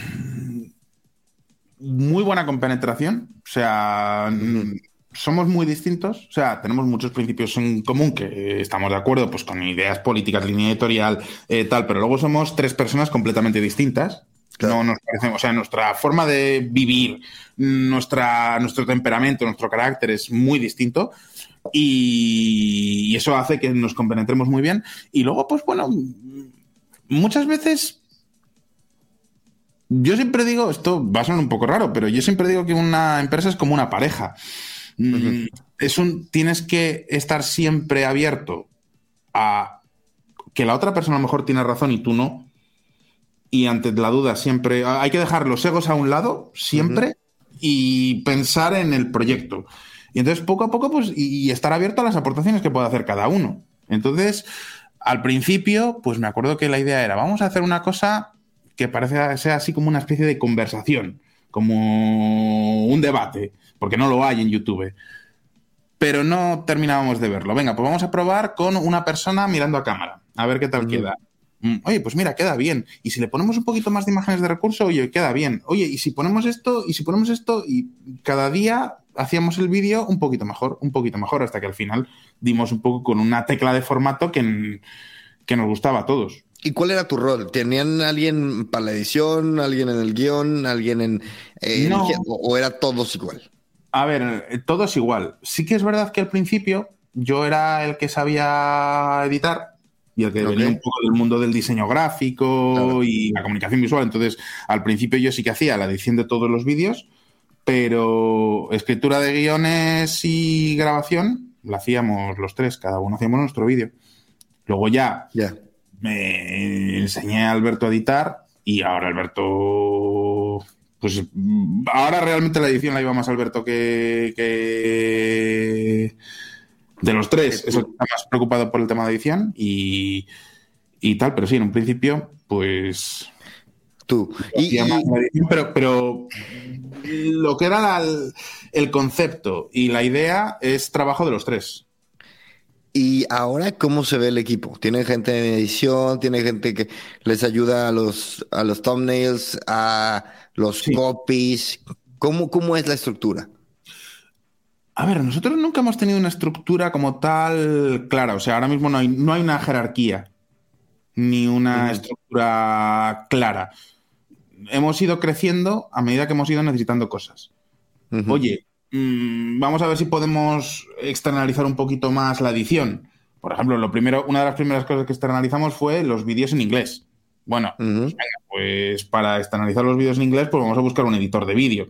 muy buena compenetración. O sea, mm. somos muy distintos. O sea, tenemos muchos principios en común que estamos de acuerdo, pues con ideas políticas, línea editorial, eh, tal, pero luego somos tres personas completamente distintas. Claro. No nos parecemos, o sea, nuestra forma de vivir, nuestra, nuestro temperamento, nuestro carácter es muy distinto. Y, y eso hace que nos compenetremos muy bien. Y luego, pues bueno, muchas veces... Yo siempre digo, esto va a sonar un poco raro, pero yo siempre digo que una empresa es como una pareja. Uh-huh. Es un, tienes que estar siempre abierto a que la otra persona a lo mejor tiene razón y tú no. Y ante la duda siempre hay que dejar los egos a un lado, siempre, uh-huh. y pensar en el proyecto. Y entonces poco a poco, pues, y estar abierto a las aportaciones que pueda hacer cada uno. Entonces, al principio, pues me acuerdo que la idea era, vamos a hacer una cosa que parece sea así como una especie de conversación, como un debate, porque no lo hay en YouTube. Pero no terminábamos de verlo. Venga, pues vamos a probar con una persona mirando a cámara, a ver qué tal uh-huh. queda. Oye, pues mira, queda bien. Y si le ponemos un poquito más de imágenes de recurso, oye, queda bien. Oye, y si ponemos esto, y si ponemos esto, y cada día hacíamos el vídeo un poquito mejor, un poquito mejor, hasta que al final dimos un poco con una tecla de formato que, que nos gustaba a todos. ¿Y cuál era tu rol? ¿Tenían alguien para la edición, alguien en el guión, alguien en... Eh, no. en o, ¿O era todos igual? A ver, todo es igual. Sí que es verdad que al principio yo era el que sabía editar y el que okay. venía un poco del mundo del diseño gráfico claro. y la comunicación visual. Entonces, al principio yo sí que hacía la edición de todos los vídeos, pero escritura de guiones y grabación la hacíamos los tres, cada uno hacíamos nuestro vídeo. Luego ya yeah. me enseñé a Alberto a editar y ahora Alberto... Pues ahora realmente la edición la lleva más Alberto que, que de los tres. Es el que está más preocupado por el tema de edición y, y tal, pero sí, en un principio, pues... Tú. Y, y... Edición, pero, pero lo que era la, el concepto y la idea es trabajo de los tres. ¿Y ahora cómo se ve el equipo? ¿Tiene gente en edición? ¿Tiene gente que les ayuda a los, a los thumbnails, a los sí. copies? ¿Cómo, ¿Cómo es la estructura? A ver, nosotros nunca hemos tenido una estructura como tal clara. O sea, ahora mismo no hay, no hay una jerarquía ni una uh-huh. estructura clara. Hemos ido creciendo a medida que hemos ido necesitando cosas. Uh-huh. Oye, vamos a ver si podemos externalizar un poquito más la edición. Por ejemplo, lo primero, una de las primeras cosas que externalizamos fue los vídeos en inglés. Bueno, uh-huh. pues, venga, pues para externalizar los vídeos en inglés, pues vamos a buscar un editor de vídeo.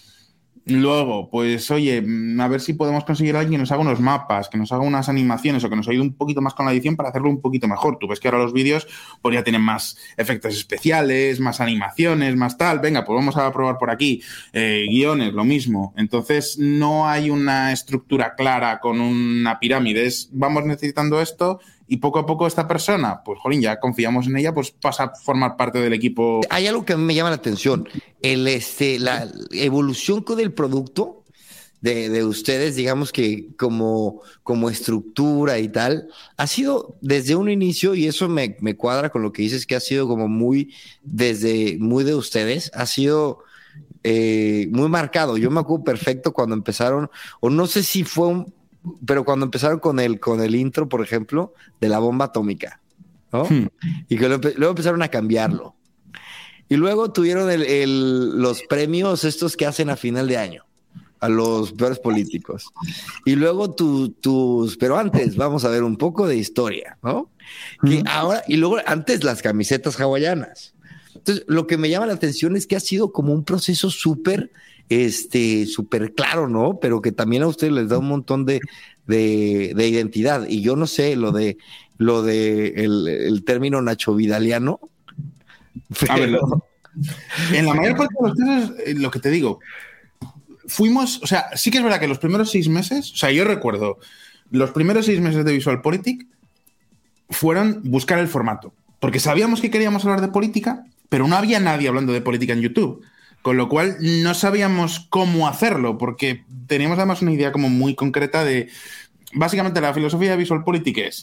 Luego, pues oye, a ver si podemos conseguir a alguien que nos haga unos mapas, que nos haga unas animaciones o que nos ayude un poquito más con la edición para hacerlo un poquito mejor. Tú ves que ahora los vídeos pues ya tienen más efectos especiales, más animaciones, más tal. Venga, pues vamos a probar por aquí. Eh, guiones, lo mismo. Entonces, no hay una estructura clara con una pirámide. Es, vamos necesitando esto y poco a poco esta persona, pues jolín, ya confiamos en ella, pues pasa a formar parte del equipo. Hay algo que a mí me llama la atención. El, este, la evolución del producto de, de ustedes, digamos que como, como estructura y tal, ha sido desde un inicio, y eso me, me cuadra con lo que dices, que ha sido como muy desde muy de ustedes, ha sido eh, muy marcado. Yo me acuerdo perfecto cuando empezaron, o no sé si fue un, pero cuando empezaron con el, con el intro, por ejemplo, de la bomba atómica, ¿no? Hmm. Y que luego, luego empezaron a cambiarlo. Y luego tuvieron el, el, los premios estos que hacen a final de año, a los peores políticos. Y luego tu, tus, pero antes vamos a ver un poco de historia, ¿no? Que ahora, y luego antes las camisetas hawaianas. Entonces, lo que me llama la atención es que ha sido como un proceso súper, este, súper claro, ¿no? Pero que también a ustedes les da un montón de, de, de identidad. Y yo no sé, lo de, lo de el, el término Nacho Vidaliano. Pero... A ver, en la mayor parte de los casos, lo que te digo, fuimos, o sea, sí que es verdad que los primeros seis meses, o sea, yo recuerdo, los primeros seis meses de VisualPolitik fueron buscar el formato, porque sabíamos que queríamos hablar de política, pero no había nadie hablando de política en YouTube, con lo cual no sabíamos cómo hacerlo, porque teníamos además una idea como muy concreta de, básicamente la filosofía de VisualPolitik es...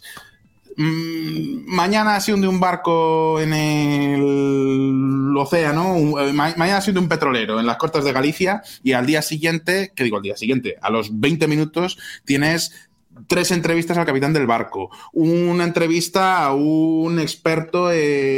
mañana se hunde un barco en el océano, un, ma- mañana se hunde un petrolero en las costas de Galicia y al día siguiente, ¿qué digo al día siguiente? A los veinte minutos tienes tres entrevistas al capitán del barco, una entrevista a un experto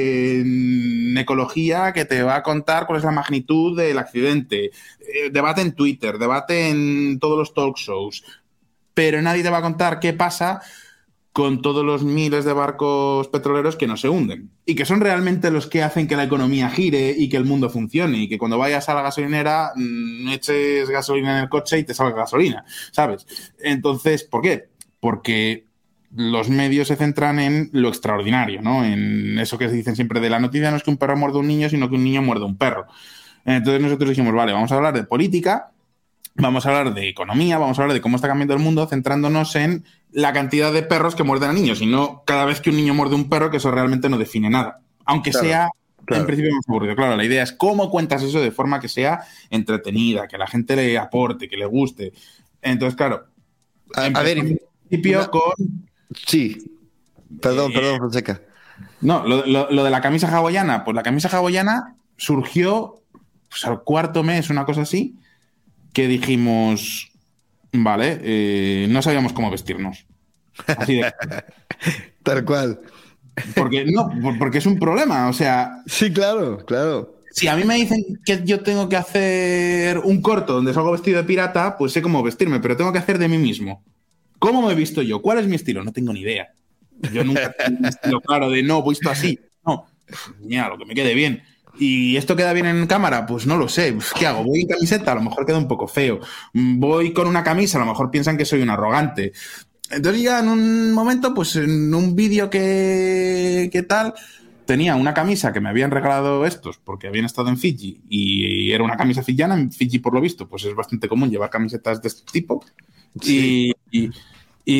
en ecología que te va a contar cuál es la magnitud del accidente, eh, debate en Twitter, debate en todos los talk shows, pero nadie te va a contar qué pasa con todos los miles de barcos petroleros que no se hunden y que son realmente los que hacen que la economía gire y que el mundo funcione y que cuando vayas a la gasolinera mmm, eches gasolina en el coche y te salga gasolina, ¿sabes? Entonces, ¿por qué? Porque los medios se centran en lo extraordinario, ¿no? En eso que se dicen siempre de la noticia no es que un perro muerde a un niño, sino que un niño muerde a un perro. Entonces nosotros dijimos, vale, vamos a hablar de política, vamos a hablar de economía, vamos a hablar de cómo está cambiando el mundo, centrándonos en la cantidad de perros que muerden a niños, y no cada vez que un niño muerde un perro, que eso realmente no define nada. Aunque claro, sea, claro. en principio, más aburrido. Claro, la idea es cómo cuentas eso de forma que sea entretenida, que a la gente le aporte, que le guste. Entonces, claro, a, a ver, en principio una... con... Sí, perdón, eh, perdón, Fonseca. No, lo, lo, lo de la camisa hawaiana, pues la camisa hawaiana surgió pues, al cuarto mes, una cosa así, que dijimos, vale, eh, no sabíamos cómo vestirnos. Así de... Tal cual. Porque, no, porque es un problema, o sea... Sí, claro, claro. Si a mí me dicen que yo tengo que hacer un corto donde salgo vestido de pirata, pues sé cómo vestirme, pero tengo que hacer de mí mismo. ¿Cómo me he visto yo? ¿Cuál es mi estilo? No tengo ni idea. Yo nunca tengo un estilo claro de no, visto así. No, mira, lo que me quede bien. ¿Y esto queda bien en cámara? Pues no lo sé. ¿Qué hago? ¿Voy en camiseta? A lo mejor queda un poco feo. ¿Voy con una camisa? A lo mejor piensan que soy un arrogante. Entonces ya en un momento, pues en un vídeo que, que tal, tenía una camisa que me habían regalado estos porque habían estado en Fiji y era una camisa fijiana. En Fiji, por lo visto, pues es bastante común llevar camisetas de este tipo. Sí. Y, y,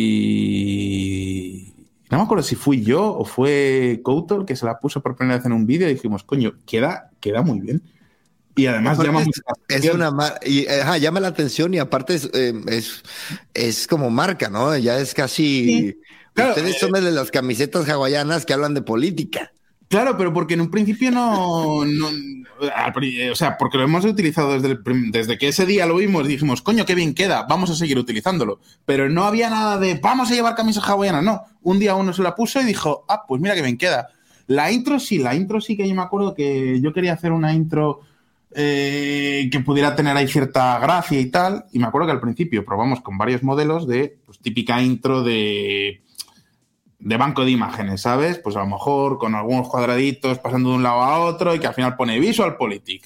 y... No me acuerdo si fui yo o fue Couto el que se la puso por primera vez en un vídeo y dijimos, coño, queda, queda muy bien. Y además llama es, es una mar y, ajá, llama la atención y aparte es, eh, es, es como marca, ¿no? Ya es casi... Sí, claro, ustedes eh, son de las camisetas hawaianas que hablan de política. Claro, pero porque en un principio no, no... O sea, porque lo hemos utilizado desde, el, desde que ese día lo vimos y dijimos, coño, qué bien queda, vamos a seguir utilizándolo. Pero no había nada de, vamos a llevar camisas hawaianas, no. Un día uno se la puso y dijo, ah, pues mira qué bien queda. La intro sí, la intro sí que yo me acuerdo que yo quería hacer una intro eh, que pudiera tener ahí cierta gracia y tal. Y me acuerdo que al principio probamos con varios modelos de, pues, típica intro de... de banco de imágenes, ¿sabes? Pues a lo mejor con algunos cuadraditos pasando de un lado a otro y que al final pone VisualPolitik.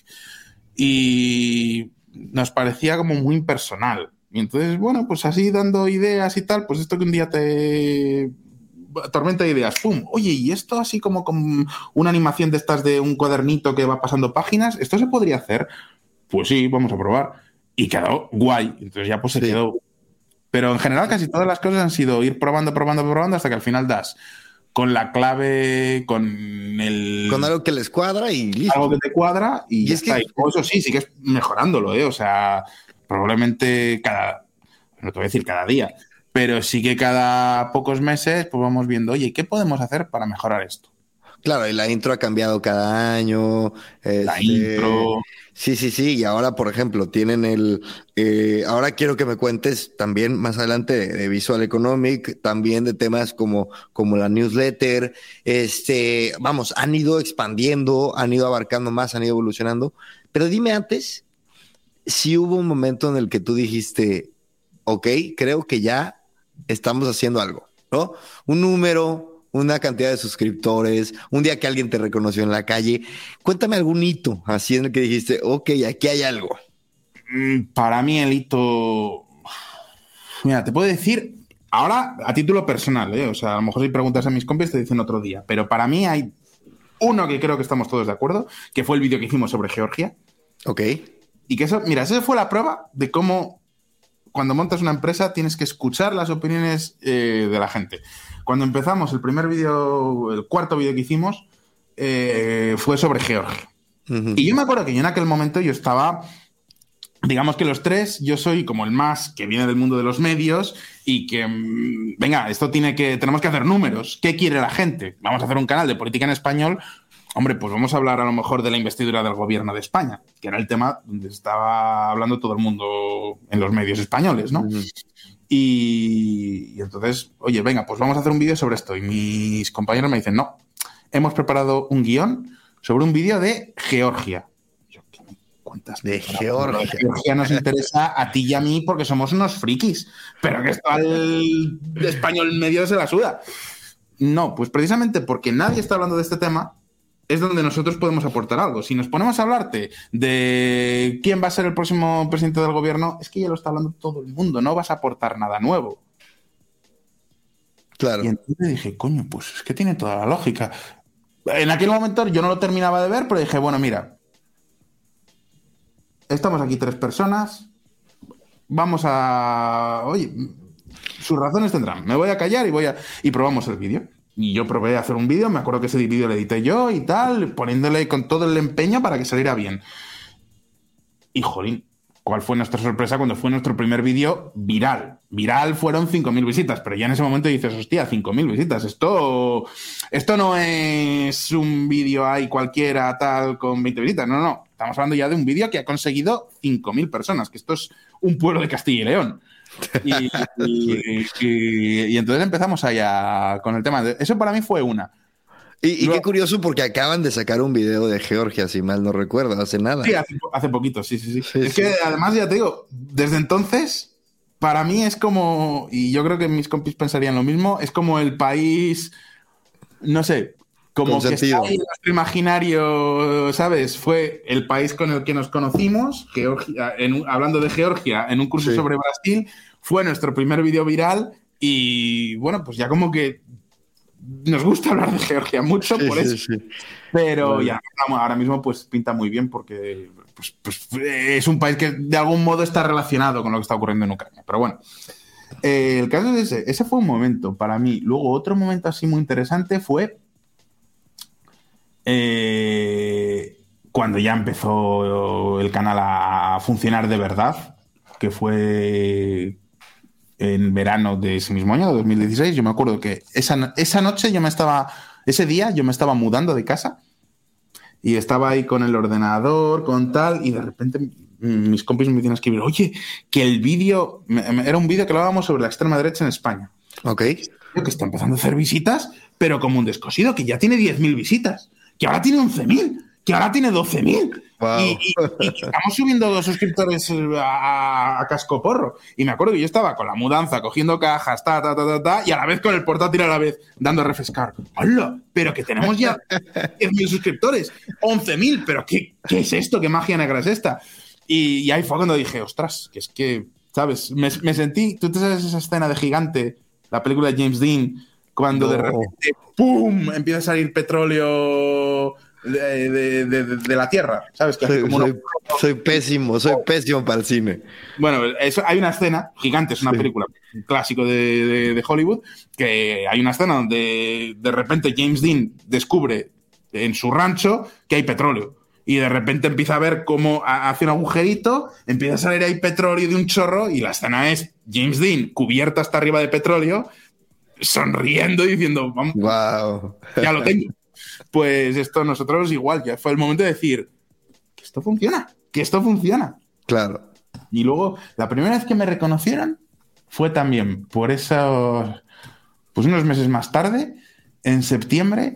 Y nos parecía como muy impersonal. Y entonces, bueno, pues así dando ideas y tal, pues esto que un día te... tormenta de ideas, ¡pum! Oye, ¿y esto así como con una animación de estas de un cuadernito que va pasando páginas? ¿Esto se podría hacer? Pues sí, vamos a probar. Y quedó guay. Entonces ya pues se sí. quedó... Pero en general casi todas las cosas han sido ir probando, probando, probando hasta que al final das con la clave, con el... Con algo que les cuadra y listo. Algo que te cuadra y, y ya es está. Que... Y eso sí, sigues mejorándolo, ¿eh? O sea, probablemente cada... No te voy a decir cada día, pero sí que cada pocos meses pues vamos viendo, oye, ¿qué podemos hacer para mejorar esto? Claro, y la intro ha cambiado cada año. La este... intro... Sí, sí, sí. Y ahora, por ejemplo, tienen el... Eh, ahora quiero que me cuentes también más adelante de, de Visual Economic, también de temas como, como la newsletter. Este, vamos, han ido expandiendo, han ido abarcando más, han ido evolucionando. Pero dime antes, si hubo un momento en el que tú dijiste, ok, creo que ya estamos haciendo algo, ¿no? Un número... una cantidad de suscriptores, un día que alguien te reconoció en la calle. Cuéntame algún hito así en el que dijiste, ok, aquí hay algo. Para mí el hito... Mira, te puedo decir, ahora a título personal, ¿eh? O sea, a lo mejor si preguntas a mis compis te dicen otro día, pero para mí hay uno que creo que estamos todos de acuerdo, que fue el vídeo que hicimos sobre Georgia. Ok. Y que eso, mira, esa fue la prueba de cómo cuando montas una empresa tienes que escuchar las opiniones eh, de la gente. Cuando empezamos el primer vídeo, el cuarto vídeo que hicimos, eh, fue sobre Georgia. Uh-huh. Y yo me acuerdo que yo en aquel momento yo estaba, digamos que los tres, yo soy como el más que viene del mundo de los medios y que, venga, esto tiene que, tenemos que hacer números. ¿Qué quiere la gente? Vamos a hacer un canal de política en español. Hombre, pues vamos a hablar a lo mejor de la investidura del gobierno de España, que era el tema donde estaba hablando todo el mundo en los medios españoles, ¿no? Uh-huh. Y, y entonces, oye, venga, pues vamos a hacer un vídeo sobre esto. Y mis compañeros me dicen, no, hemos preparado un guión sobre un vídeo de Georgia. Yo, ¿qué me cuentas? De Georgia. De Georgia nos interesa a ti y a mí porque somos unos frikis, pero que esto al español medio se la suda. No, pues precisamente porque nadie está hablando de este tema, es donde nosotros podemos aportar algo. Si nos ponemos a hablarte de quién va a ser el próximo presidente del gobierno, es que ya lo está hablando todo el mundo, no vas a aportar nada nuevo. Claro. Y entonces dije, coño, pues es que tiene toda la lógica. En aquel momento yo no lo terminaba de ver, pero dije, bueno, mira, estamos aquí tres personas, vamos a... Oye, sus razones tendrán. Me voy a callar y voy a... Y probamos el vídeo. Y yo probé a hacer un vídeo, me acuerdo que ese vídeo lo edité yo y tal, poniéndole con todo el empeño para que saliera bien. Y jolín, ¿cuál fue nuestra sorpresa cuando fue nuestro primer vídeo viral? Viral fueron cinco mil visitas, pero ya en ese momento dices, hostia, cinco mil visitas, esto, esto no es un vídeo ahí cualquiera tal con veinte visitas, no, no, estamos hablando ya de un vídeo que ha conseguido cinco mil personas, que esto es un pueblo de Castilla y León. Y, y, y, y entonces empezamos allá con el tema. De, eso para mí fue una. Y, y Luego, qué curioso porque acaban de sacar un video de Georgia, si mal no recuerdo, hace nada. Sí, hace, hace poquito, sí, sí, sí. sí es sí. que además, ya te digo, desde entonces, para mí es como, y yo creo que mis compis pensarían lo mismo, es como el país, no sé, como que está ahí en nuestro imaginario, ¿sabes? Fue el país con el que nos conocimos, Georgia, en, hablando de Georgia, en un curso sí. sobre Brasil, fue nuestro primer vídeo viral y, bueno, pues ya como que nos gusta hablar de Georgia mucho sí, por eso, sí, sí. pero vale. ya ahora mismo pues pinta muy bien porque pues, pues, es un país que de algún modo está relacionado con lo que está ocurriendo en Ucrania. Pero bueno, eh, el caso es ese. Ese fue un momento para mí. Luego otro momento así muy interesante fue eh, cuando ya empezó el canal a funcionar de verdad, que fue en verano de ese mismo año, de dos mil dieciséis. Yo me acuerdo que esa, esa noche yo me estaba, ese día yo me estaba mudando de casa y estaba ahí con el ordenador, con tal, y de repente mis compis me vienen a escribir, oye, que el vídeo, era un vídeo que hablábamos sobre la extrema derecha en España. Ok. Que está empezando a hacer visitas, pero como un descosido, que ya tiene diez mil visitas, que ahora tiene once mil, que ahora tiene doce mil. Wow. Y, y, y estamos subiendo dos suscriptores a, a cascoporro. Y me acuerdo que yo estaba con la mudanza, cogiendo cajas, ta, ta, ta, ta, ta, y a la vez con el portátil a la vez, dando a refrescar. ¡Hala! Pero que tenemos ya diez mil suscriptores, once mil, pero ¿qué, ¿qué es esto? ¿Qué magia negra es esta? Y, y ahí fue cuando dije, ostras, que es que, ¿sabes? Me, me sentí, tú te sabes esa escena de Gigante, la película de James Dean, cuando no. de repente, ¡pum!, empieza a salir petróleo de, de, de, de la tierra, ¿sabes? Que soy, como soy, uno... soy pésimo, soy pésimo para el cine. Bueno, eso, hay una escena, Gigante, es una sí. película, un clásico de, de, de Hollywood, que hay una escena donde de repente James Dean descubre en su rancho que hay petróleo. Y de repente empieza a ver cómo hace un agujerito, empieza a salir ahí petróleo de un chorro, y la escena es James Dean cubierto hasta arriba de petróleo, sonriendo y diciendo, vamos, wow. ya lo tengo. Pues esto nosotros igual, ya fue el momento de decir que esto funciona, que esto funciona. Claro. Y luego, la primera vez que me reconocieron fue también por esos, pues unos meses más tarde, en septiembre,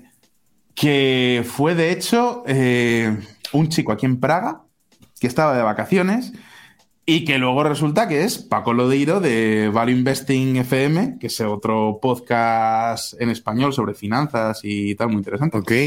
que fue de hecho eh, un chico aquí en Praga que estaba de vacaciones y que luego resulta que es Paco Lodeiro de Value Investing F M, que es otro podcast en español sobre finanzas y tal, muy interesante. Ok.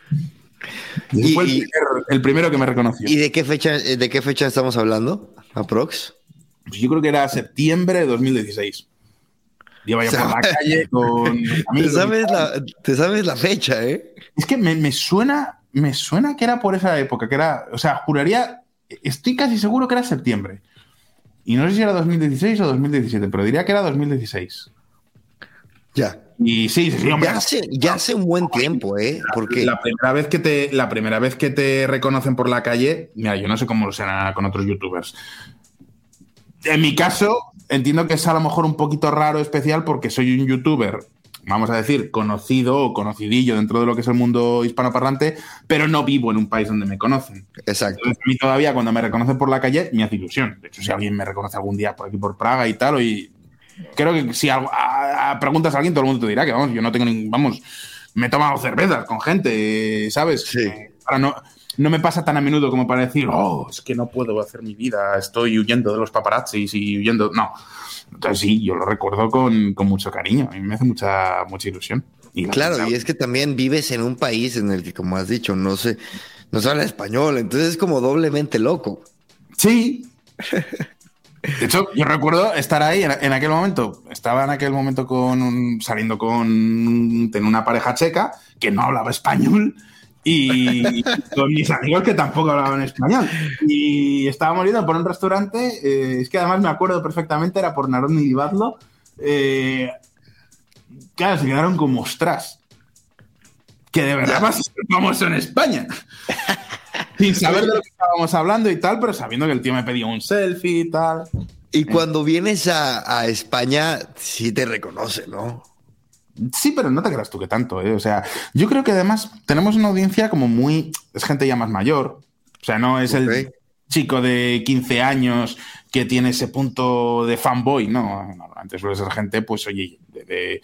Y fue el, primer, el primero que me reconoció. ¿Y de qué fecha, de qué fecha estamos hablando? ¿Aprox? Pues yo creo que era septiembre de dos mil dieciséis. Yo vaya por la calle con amigos. ¿Te sabes, la, te sabes la fecha, ¿eh? Es que me, me suena, me suena que era por esa época, que era, o sea, juraría, estoy casi seguro que era septiembre. Y no sé si era dos mil dieciséis o dos mil diecisiete, pero diría que era dos mil dieciséis. Ya. Y sí, sí, sí, hombre. Ya hace, ya hace un buen tiempo, ¿eh? Porque la primera vez que te, la primera vez que te reconocen por la calle, mira, yo no sé cómo lo será con otros youtubers. En mi caso, entiendo que es a lo mejor un poquito raro, especial, porque soy un youtuber, vamos a decir, conocido o conocidillo dentro de lo que es el mundo hispanoparlante, pero no vivo en un país donde me conocen. Exacto. Entonces, a mí todavía cuando me reconocen por la calle me hace ilusión. De hecho, si alguien me reconoce algún día por aquí, por Praga y tal, y creo que si a, a, a preguntas a alguien, todo el mundo te dirá que, vamos, yo no tengo ningún, vamos, me he tomado cervezas con gente, ¿sabes? Sí. Ahora no... No me pasa tan a menudo como para decir, oh, es que no puedo hacer mi vida, estoy huyendo de los paparazzis y huyendo... No. Entonces sí, yo lo recuerdo con, con mucho cariño. A mí me hace mucha, mucha ilusión. Y claro, pensaba. Y es que también vives en un país en el que, como has dicho, no se, no se habla español. Entonces es como doblemente loco. Sí. De hecho, yo recuerdo estar ahí en, en aquel momento. Estaba en aquel momento con un, saliendo con... Tenía una pareja checa que no hablaba español. y con mis amigos que tampoco hablaban español. Y estábamos yendo por un restaurante, eh, es que además me acuerdo perfectamente, era por Narón y Badlo. Eh, claro, se quedaron como, ostras, que de verdad va a ser famoso en España. Sin saber de lo que estábamos hablando y tal, pero sabiendo que el tío me pedía un selfie y tal. Y cuando vienes a, a España, sí te reconoce, ¿no? Sí, pero no te creas tú que tanto, ¿eh? O sea, yo creo que además tenemos una audiencia como muy... Es gente ya más mayor. O sea, no es okay. el chico de quince años que tiene ese punto de fanboy, no. Antes suele ser gente, pues, oye, de... de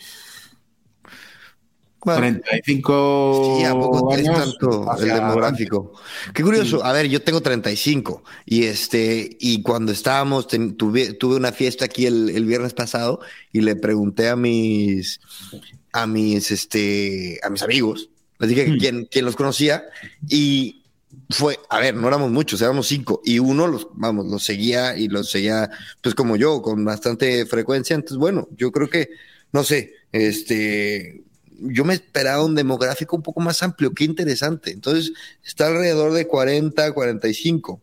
bueno, treinta y cinco sí, ¿a poco años, es tanto el demográfico? Qué curioso. Sí. A ver, yo tengo treinta y cinco y este y cuando estábamos ten, tuve, tuve una fiesta aquí el, el viernes pasado y le pregunté a mis a mis este a mis amigos, les dije mm. quién quién los conocía y fue, a ver, no éramos muchos, éramos cinco y uno los vamos, los seguía y los seguía pues como yo con bastante frecuencia, entonces bueno, yo creo que no sé, este yo me esperaba un demográfico un poco más amplio, qué interesante. Entonces, está alrededor de cuarenta, cuarenta y cinco.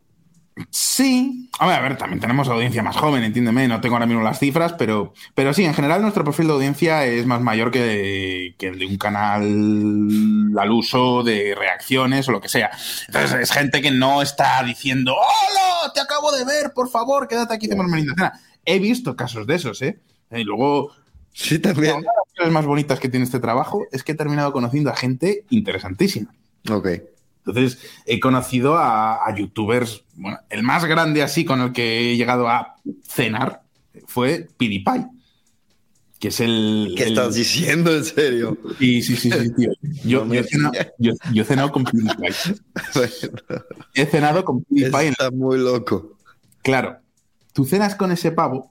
Sí. A ver, a ver, también tenemos audiencia más joven, entiéndeme, no tengo ahora mismo las cifras, pero, pero sí, en general nuestro perfil de audiencia es más mayor que, de, que el de un canal al uso de reacciones o lo que sea. Entonces, es gente que no está diciendo, ¡hola! Te acabo de ver, por favor, quédate aquí, hacemos merenda cena. He visto casos de esos, ¿eh? Y luego... Sí, también. Una de las cosas más bonitas que tiene este trabajo es que he terminado conociendo a gente interesantísima. Ok. Entonces, he conocido a, a youtubers, bueno, el más grande así con el que he llegado a cenar fue PewDiePie, que es el... ¿Qué el... estás diciendo, en serio? Sí, sí, sí, sí, tío. Yo, no yo, he cenado, yo, yo he cenado con PewDiePie. Bueno, he cenado con PewDiePie. Está en... muy loco. Claro, tú cenas con ese pavo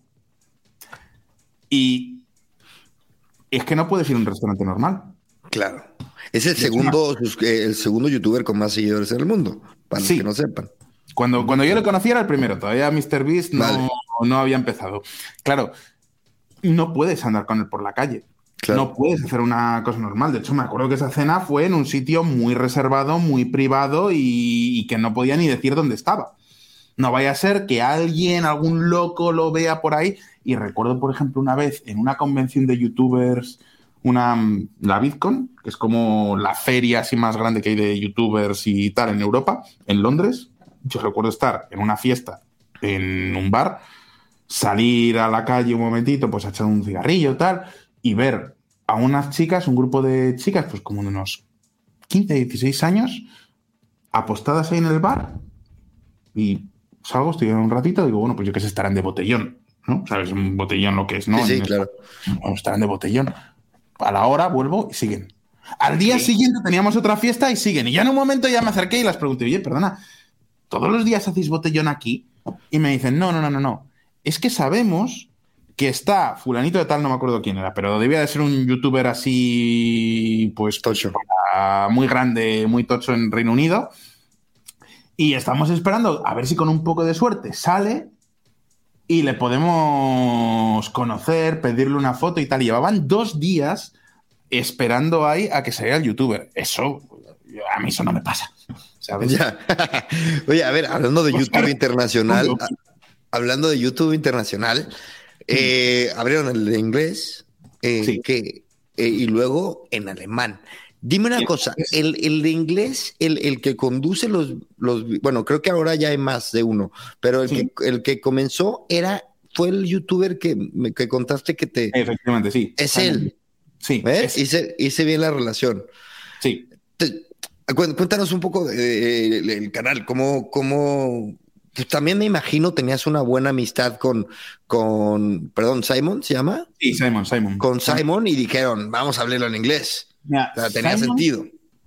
y... es que no puedes ir a un restaurante normal. Claro. Es el segundo, el segundo youtuber con más seguidores en el mundo, para sí. los que no sepan. Cuando, cuando yo lo conocí era el primero, todavía MrBeast no, vale. no había empezado. Claro, no puedes andar con él por la calle. Claro. No puedes hacer una cosa normal. De hecho, me acuerdo que esa cena fue en un sitio muy reservado, muy privado y, y que no podía ni decir dónde estaba. No vaya a ser que alguien, algún loco lo vea por ahí. Y recuerdo, por ejemplo, una vez en una convención de youtubers, una, la VidCon, que es como la feria así más grande que hay de youtubers y tal en Europa, en Londres. Yo recuerdo estar en una fiesta en un bar, salir a la calle un momentito, pues a echar un cigarrillo y tal, y ver a unas chicas, un grupo de chicas, pues como de unos quince, dieciséis años, apostadas ahí en el bar, y salgo, estoy un ratito, y digo, bueno, pues yo qué sé, estarán de botellón, ¿no? ¿Sabes? Un botellón lo que es, ¿no? Sí, sí, claro. Bueno, estarán de botellón. A la hora vuelvo y siguen. Al día sí. siguiente teníamos otra fiesta y siguen. Y ya en un momento ya me acerqué y las pregunté, oye, perdona, ¿todos los días hacéis botellón aquí? Y me dicen, no, no, no, no, no. Es que sabemos que está fulanito de tal, no me acuerdo quién era, pero debía de ser un youtuber así, pues, tocho. Muy grande, muy tocho en Reino Unido. Y estamos esperando a ver si con un poco de suerte sale y le podemos conocer, pedirle una foto y tal. Y llevaban dos días esperando ahí a que saliera el youtuber. Eso, a mí eso no me pasa, ¿sabes? Ya. Oye, a ver, hablando de YouTube Oscar, internacional, a, hablando de YouTube internacional, eh, mm. abrieron el de inglés eh, sí. que, eh, y luego en alemán. Dime una cosa, el, el de inglés, el, el que conduce los, los... Bueno, creo que ahora ya hay más de uno, pero el, sí. que, el que comenzó era fue el youtuber que, que contaste que te... Efectivamente, sí. Es él. Sí. ¿Ves? Es... Hice, hice bien la relación. Sí. Te, cuéntanos un poco del de, de, canal, cómo... cómo pues también me imagino tenías una buena amistad con, con... Perdón, ¿Simon se llama? Sí, Simon, Simon. Con Simon y dijeron, vamos a hablarlo en inglés. Mira, o sea, tenía Simon, sentido.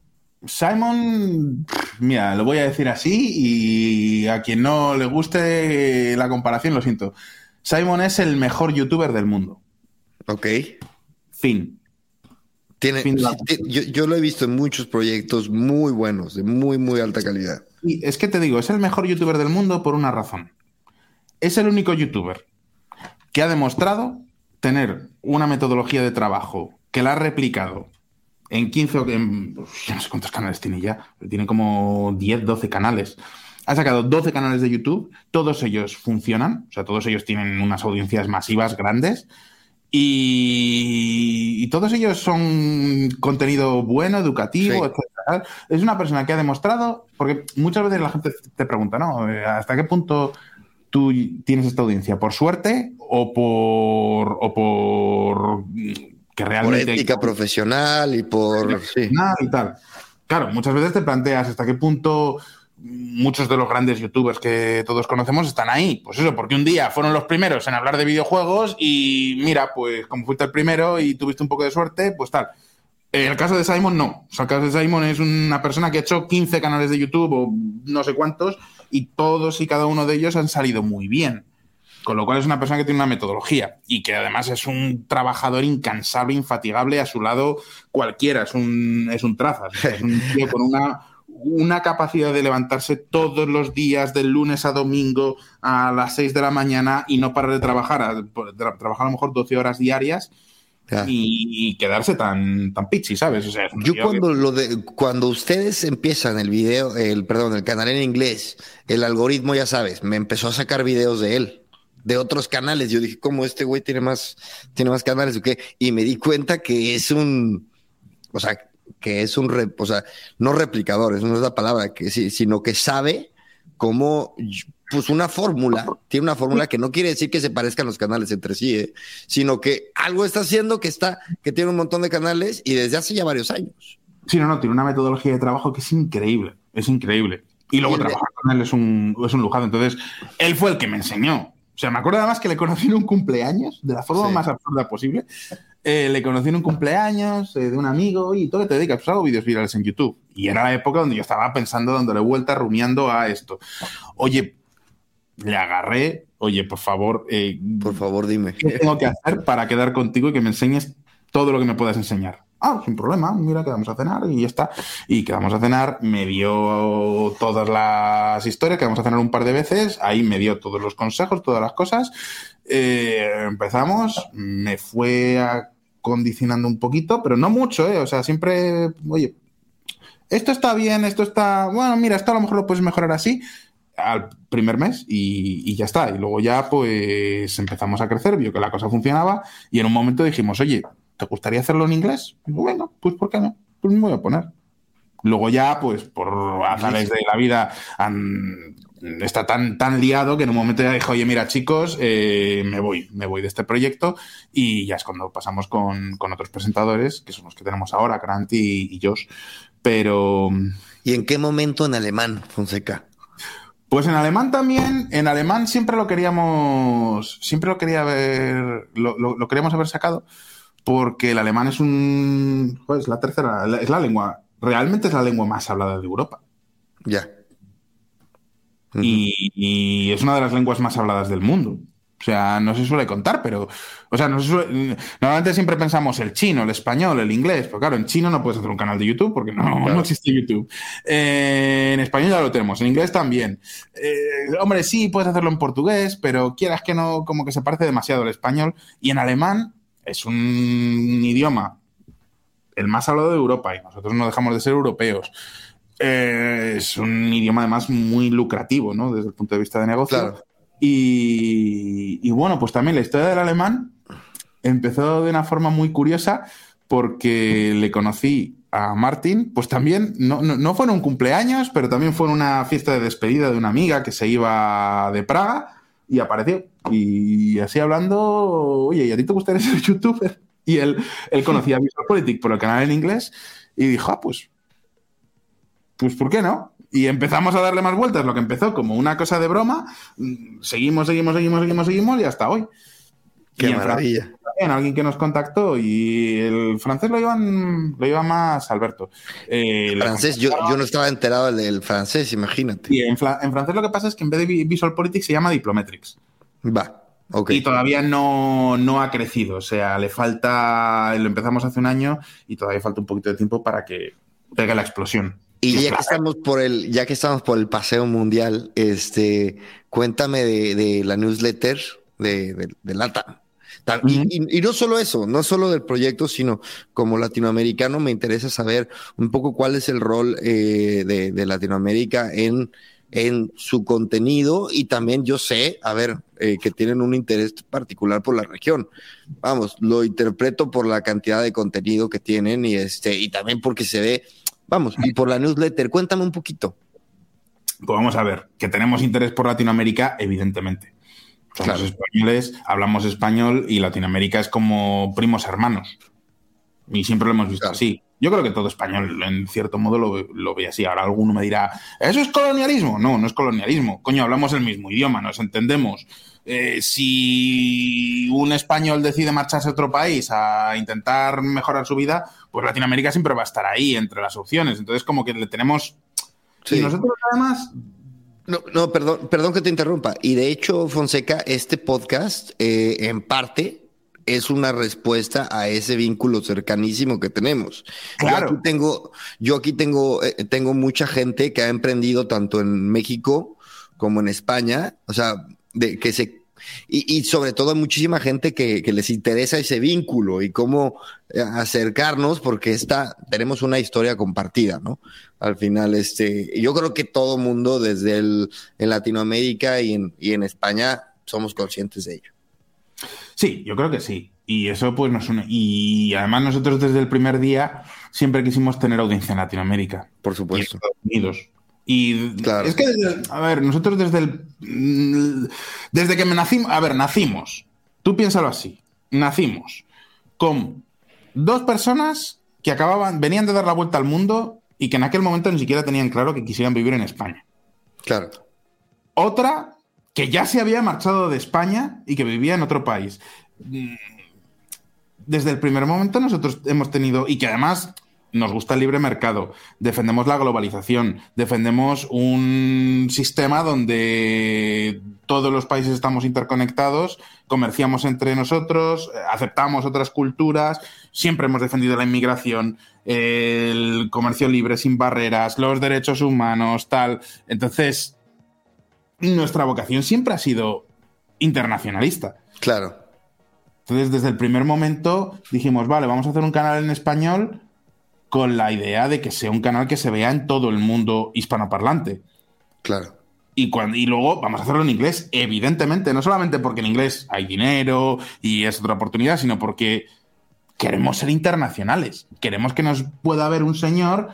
Simon, mira, lo voy a decir así y a quien no le guste la comparación, lo siento. Simon es el mejor youtuber del mundo. Ok. Fin. Tiene, fin yo, yo lo he visto en muchos proyectos muy buenos, de muy, muy alta calidad. Y es que te digo, es el mejor youtuber del mundo por una razón. Es el único youtuber que ha demostrado tener una metodología de trabajo que la ha replicado en quince o en, ya no sé cuántos canales tiene ya, tiene como diez, doce canales. Ha sacado doce canales de YouTube, todos ellos funcionan, o sea, todos ellos tienen unas audiencias masivas grandes y, y todos ellos son contenido bueno, educativo, sí, etcétera. Es una persona que ha demostrado, porque muchas veces la gente te pregunta, ¿no? ¿Hasta qué punto tú tienes esta audiencia? ¿Por suerte o por, o por que realmente... Por ética profesional y por... Sí. Y tal. Claro, muchas veces te planteas hasta qué punto muchos de los grandes youtubers que todos conocemos están ahí. Pues eso, porque un día fueron los primeros en hablar de videojuegos y mira, pues como fuiste el primero y tuviste un poco de suerte, pues tal. El caso de Simon no. O sea, el caso de Simon es una persona que ha hecho quince canales de YouTube o no sé cuántos y todos y cada uno de ellos han salido muy bien. Con lo cual es una persona que tiene una metodología y que además es un trabajador incansable, infatigable. A su lado cualquiera, es un, es un trazas. Es un tío con una, una capacidad de levantarse todos los días, del lunes a domingo, a las seis de la mañana y no parar de trabajar. A, tra, trabajar a lo mejor doce horas diarias y, y quedarse tan, tan pichi, ¿sabes? O sea, yo cuando, que... lo de, cuando ustedes empiezan el video, el perdón, el canal en inglés, el algoritmo, ya sabes, me empezó a sacar videos de él. De otros canales. Yo dije, ¿cómo este güey tiene más, tiene más canales o qué? Y me di cuenta que es un, o sea, que es un, re, o sea, no replicador, eso no es la palabra, que sí, sino que sabe cómo, pues una fórmula, tiene una fórmula que no quiere decir que se parezcan los canales entre sí, ¿eh? Sino que algo está haciendo que está, que tiene un montón de canales y desde hace ya varios años. Sí, no, no, tiene una metodología de trabajo que es increíble, es increíble. Y luego trabajar con él es un, es un lujado. Entonces, él fue el que me enseñó. O sea, me acuerdo además que le conocí en un cumpleaños, de la forma sí. más absurda posible. Eh, le conocí en un cumpleaños eh, de un amigo y ¿tú qué te dedicas? Pues hago vídeos virales en YouTube. Y era la época donde yo estaba pensando, dándole vueltas, rumiando a esto. Oye, le agarré, oye, por favor. Eh, por favor, dime. ¿Qué tengo que hacer para quedar contigo y que me enseñes todo lo que me puedas enseñar? Ah, sin problema, mira, quedamos a cenar y ya está. Y quedamos a cenar, me dio todas las historias, quedamos a cenar un par de veces, ahí me dio todos los consejos, todas las cosas. Eh, empezamos, me fue acondicionando un poquito, pero no mucho, ¿eh? O sea, siempre, oye, esto está bien, esto está, bueno, mira, esto a lo mejor lo puedes mejorar así, al primer mes y, y ya está. Y luego ya, pues, empezamos a crecer, vio que la cosa funcionaba y en un momento dijimos, oye, ¿te gustaría hacerlo en inglés? Y digo, bueno, pues ¿por qué no? Pues me voy a poner. Luego ya, pues por azares de la vida, han, está tan, tan liado que en un momento ya dijo, oye, mira, chicos, eh, me voy, me voy de este proyecto y ya es cuando pasamos con, con otros presentadores, que son los que tenemos ahora, Grant y, y Josh. Pero... ¿Y en qué momento en alemán, Fonseca? Pues en alemán también, en alemán siempre lo queríamos, siempre lo quería haber, lo, lo, lo queríamos haber sacado. Porque el alemán es un... Pues la tercera... Es la lengua... Realmente es la lengua más hablada de Europa. Ya. Yeah. Uh-huh. Y, y es una de las lenguas más habladas del mundo. O sea, no se suele contar, pero... O sea, no se suele, normalmente siempre pensamos el chino, el español, el inglés. Pero claro, en chino no puedes hacer un canal de YouTube porque no, claro. no existe YouTube. Eh, en español ya lo tenemos. En inglés también. Eh, hombre, sí, puedes hacerlo en portugués, pero quieras que no, como que se parece demasiado al español. Y en alemán... Es un idioma el más hablado de Europa y nosotros no dejamos de ser europeos. Eh, es un idioma además muy lucrativo, ¿no? Desde el punto de vista de negocio. Claro. Y, y bueno, pues también la historia del alemán empezó de una forma muy curiosa porque le conocí a Martin, pues también, no, no, no fue en un cumpleaños, pero también fue en una fiesta de despedida de una amiga que se iba de Praga. Y apareció. Y así hablando, oye, ¿y a ti te gustaría ser youtuber? Y él, él conocía VisualPolitik por el canal en inglés y dijo, ah, pues, pues, ¿por qué no? Y empezamos a darle más vueltas, lo que empezó como una cosa de broma, seguimos, seguimos, seguimos, seguimos, seguimos y hasta hoy. ¡Qué y maravilla! Francia, también, alguien que nos contactó y el francés lo llevan, lo lleva más Alberto. Eh, francés, yo, yo no estaba enterado del, del francés, imagínate. Y en, en francés lo que pasa es que en vez de VisualPolitik se llama Diplometrics. Va, ok. Y todavía no, no ha crecido, o sea, le falta, lo empezamos hace un año y todavía falta un poquito de tiempo para que pegue la explosión. Y ya que estamos por el, ya que estamos por el paseo mundial, este, cuéntame de, de la newsletter de, de, de Lata. Ta- y, y- y no solo eso, no solo del proyecto, sino como latinoamericano me interesa saber un poco cuál es el rol eh, de, de Latinoamérica en, en su contenido y también yo sé, a ver, eh, que tienen un interés particular por la región. Vamos, lo interpreto por la cantidad de contenido que tienen y este y también porque se ve, vamos, y por la newsletter. Cuéntame un poquito. Pues vamos a ver, que tenemos interés por Latinoamérica, evidentemente. Somos Claro. españoles, hablamos español y Latinoamérica es como primos hermanos. Y siempre lo hemos visto Claro. así. Yo creo que todo español, en cierto modo, lo, lo ve así. Ahora alguno me dirá, ¿eso es colonialismo? No, no es colonialismo. Coño, hablamos el mismo idioma, nos entendemos. Eh, si un español decide marcharse a otro país a intentar mejorar su vida, pues Latinoamérica siempre va a estar ahí entre las opciones. Entonces, como que le tenemos... Sí. Y nosotros, además... No, no, perdón, perdón que te interrumpa. Y de hecho, Fonseca, este podcast, eh, en parte, es una respuesta a ese vínculo cercanísimo que tenemos. Claro. Yo aquí tengo, yo aquí tengo, eh, tengo mucha gente que ha emprendido tanto en México como en España, o sea, de que se y, y sobre todo muchísima gente que, que les interesa ese vínculo y cómo eh, acercarnos, porque esta, tenemos una historia compartida, ¿no? Al final, este, yo creo que todo mundo desde el, en Latinoamérica y en, y en España somos conscientes de ello. Sí, yo creo que sí. Y eso pues nos une. Y además nosotros desde el primer día siempre quisimos tener audiencia en Latinoamérica. Por Y en supuesto. Estados Unidos. Y Claro. es que, a ver, nosotros desde el... Desde que me nacimos... A ver, nacimos. Tú piénsalo así. Nacimos con dos personas que acababan... Venían de dar la vuelta al mundo y que en aquel momento ni siquiera tenían claro que quisieran vivir en España. Claro. Otra que ya se había marchado de España y que vivía en otro país. Desde el primer momento nosotros hemos tenido... Y que además nos gusta el libre mercado, defendemos la globalización, defendemos un sistema donde todos los países estamos interconectados, comerciamos entre nosotros, aceptamos otras culturas, siempre hemos defendido la inmigración, el comercio libre sin barreras, los derechos humanos, tal. Entonces, nuestra vocación siempre ha sido internacionalista. Claro. Entonces, desde el primer momento dijimos, vale, vamos a hacer un canal en español con la idea de que sea un canal que se vea en todo el mundo hispanoparlante. Claro. Y, cuando, y luego vamos a hacerlo en inglés, evidentemente, no solamente porque en inglés hay dinero y es otra oportunidad, sino porque queremos ser internacionales. Queremos que nos pueda ver un señor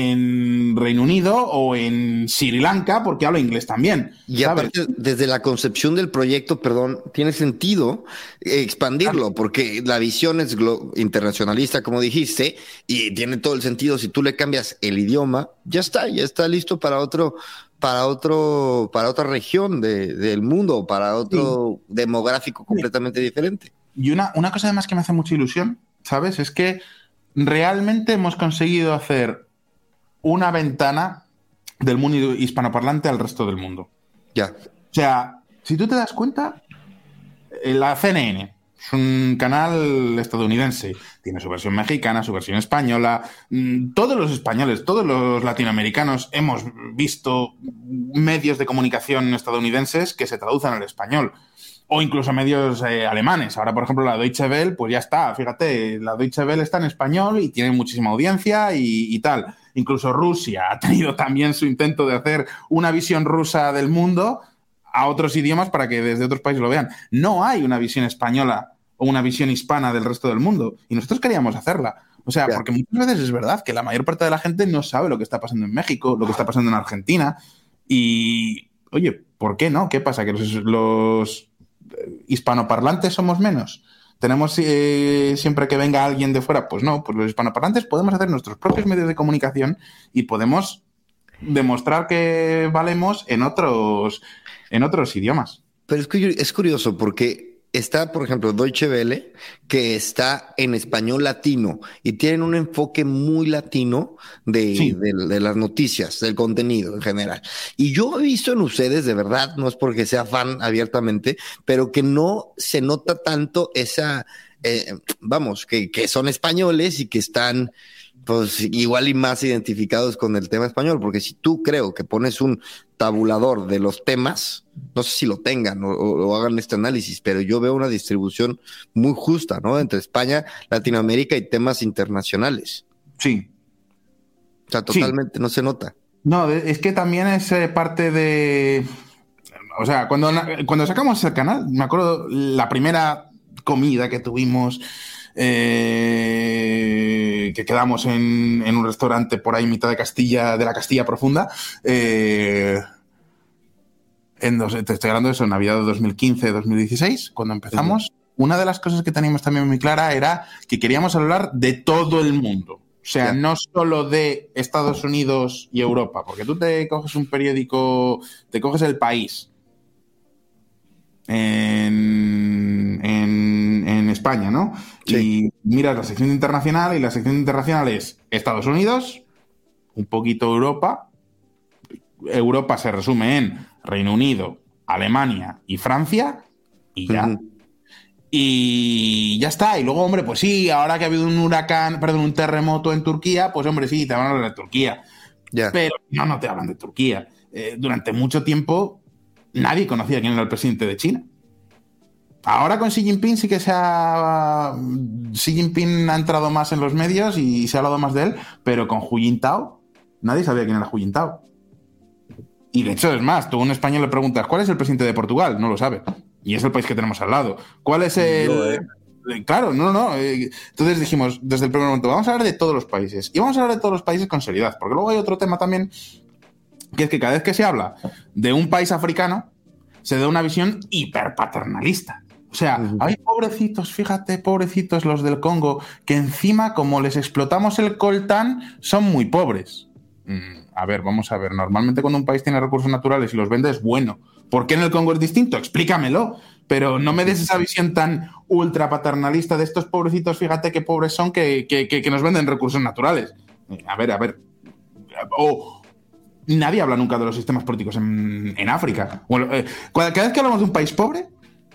en Reino Unido o en Sri Lanka porque habla inglés también. Y ¿sabes? aparte, desde la concepción del proyecto, perdón, tiene sentido expandirlo, porque la visión es internacionalista, como dijiste, y tiene todo el sentido. Si tú le cambias el idioma, ya está, ya está listo para otro, para otro, para otra región de, del mundo, para otro sí. demográfico completamente sí. diferente. Y una, una cosa además que me hace mucha ilusión, ¿sabes? Es que realmente hemos conseguido hacer una ventana del mundo hispanoparlante al resto del mundo. Ya. O sea, si tú te das cuenta, la C N N es un canal estadounidense, tiene su versión mexicana, su versión española. Todos los españoles, todos los latinoamericanos hemos visto medios de comunicación estadounidenses que se traducen al español. O incluso medios eh, alemanes. Ahora, por ejemplo, la Deutsche Welle, pues ya está. Fíjate, la Deutsche Welle está en español y tiene muchísima audiencia y, y tal. Incluso Rusia ha tenido también su intento de hacer una visión rusa del mundo a otros idiomas para que desde otros países lo vean. No hay una visión española o una visión hispana del resto del mundo. Y nosotros queríamos hacerla. O sea, yeah. porque muchas veces es verdad que la mayor parte de la gente no sabe lo que está pasando en México, lo que está pasando en Argentina. Y, oye, ¿por qué no? ¿Qué pasa? ¿Que los... los hispanoparlantes somos menos? ¿Tenemos eh, siempre que venga alguien de fuera? Pues no, pues los hispanoparlantes podemos hacer nuestros propios medios de comunicación y podemos demostrar que valemos en otros, en otros idiomas. Pero es, es curioso porque está, por ejemplo, Deutsche Welle, que está en español latino y tienen un enfoque muy latino de, sí. de, de las noticias, del contenido en general. Y yo he visto en ustedes, de verdad, no es porque sea fan abiertamente, pero que no se nota tanto esa, eh, vamos, que, que son españoles y que están pues igual y más identificados con el tema español, porque si tú creo que pones un tabulador de los temas, no sé si lo tengan o, o, o hagan este análisis, pero yo veo una distribución muy justa, ¿no? Entre España, Latinoamérica y temas internacionales. Sí. O sea, totalmente, sí. No se nota. No, es que también es eh, parte de... O sea, cuando, cuando sacamos el canal, me acuerdo la primera comida que tuvimos... Eh, que quedamos en, en un restaurante por ahí mitad de Castilla, de la Castilla profunda, eh, en dos, te estoy hablando de eso, en Navidad de dos mil quince, dos mil dieciséis, cuando empezamos, sí. Una de las cosas que teníamos también muy clara era que queríamos hablar de todo el mundo, o sea, sí. No solo de Estados Unidos y Europa, porque tú te coges un periódico, te coges El País en, en, en España, ¿no? Sí. Y miras la sección internacional y la sección internacional es Estados Unidos, un poquito Europa. Europa se resume en Reino Unido, Alemania y Francia y ya. Uh-huh. Y ya está. Y luego, hombre, pues sí, ahora que ha habido un huracán, perdón, un terremoto en Turquía, pues hombre, sí, te van a hablar de Turquía. Yeah. Pero no, no te hablan de Turquía. Eh, durante mucho tiempo nadie conocía quién era el presidente de China. Ahora con Xi Jinping sí que se ha... Xi Jinping ha entrado más en los medios y se ha hablado más de él, pero con Hu Jintao nadie sabía quién era Hu Jintao. Y de hecho, es más, tú a un español le preguntas ¿cuál es el presidente de Portugal? No lo sabe. Y es el país que tenemos al lado. ¿Cuál es el...? No, eh. Claro, no, no. Entonces dijimos, desde el primer momento, vamos a hablar de todos los países. Y vamos a hablar de todos los países con seriedad, porque luego hay otro tema también, que es que cada vez que se habla de un país africano, se da una visión hiperpaternalista. O sea, uh-huh. Hay pobrecitos, fíjate, pobrecitos los del Congo, que encima, como les explotamos el coltán, son muy pobres. Mm, a ver, vamos a ver. Normalmente cuando un país tiene recursos naturales y los vende es bueno. ¿Por qué en el Congo es distinto? Explícamelo. Pero no me des esa visión tan ultra paternalista de estos pobrecitos, fíjate qué pobres son que, que, que, que nos venden recursos naturales. A ver, a ver. O... Oh, nadie habla nunca de los sistemas políticos en, en África. Bueno, eh, cada vez que hablamos de un país pobre,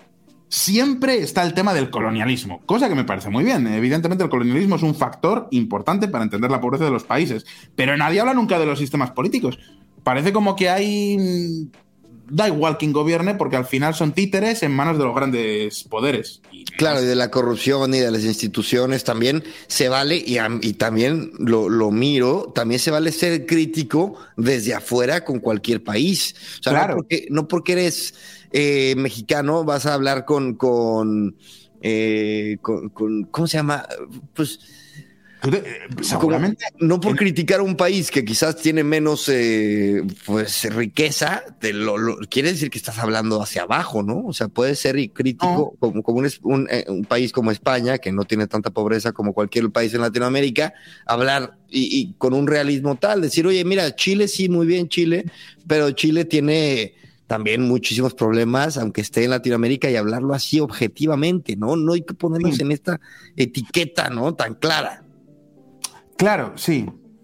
siempre está el tema del colonialismo, cosa que me parece muy bien. Evidentemente el colonialismo es un factor importante para entender la pobreza de los países, pero nadie habla nunca de los sistemas políticos. Parece como que hay... Da igual quien gobierne porque al final son títeres en manos de los grandes poderes. Y claro, y de la corrupción y de las instituciones también se vale, y, y también lo, lo miro, también se vale ser crítico desde afuera con cualquier país. O sea, claro. no, porque, no porque eres eh, mexicano vas a hablar con, con, eh, con, con, ¿cómo se llama? Pues... Seguramente. Como, no por criticar a un país que quizás tiene menos eh, pues riqueza, te lo, lo, quiere decir que estás hablando hacia abajo, ¿no? O sea, puedes ser crítico no. como, como un, un, eh, un país como España, que no tiene tanta pobreza como cualquier país en Latinoamérica, hablar y, y con un realismo tal, decir, oye, mira, Chile sí, muy bien Chile, pero Chile tiene también muchísimos problemas, aunque esté en Latinoamérica, y hablarlo así objetivamente, ¿no? No hay que ponernos sí. en esta etiqueta, ¿no? Tan clara. Claro, sí.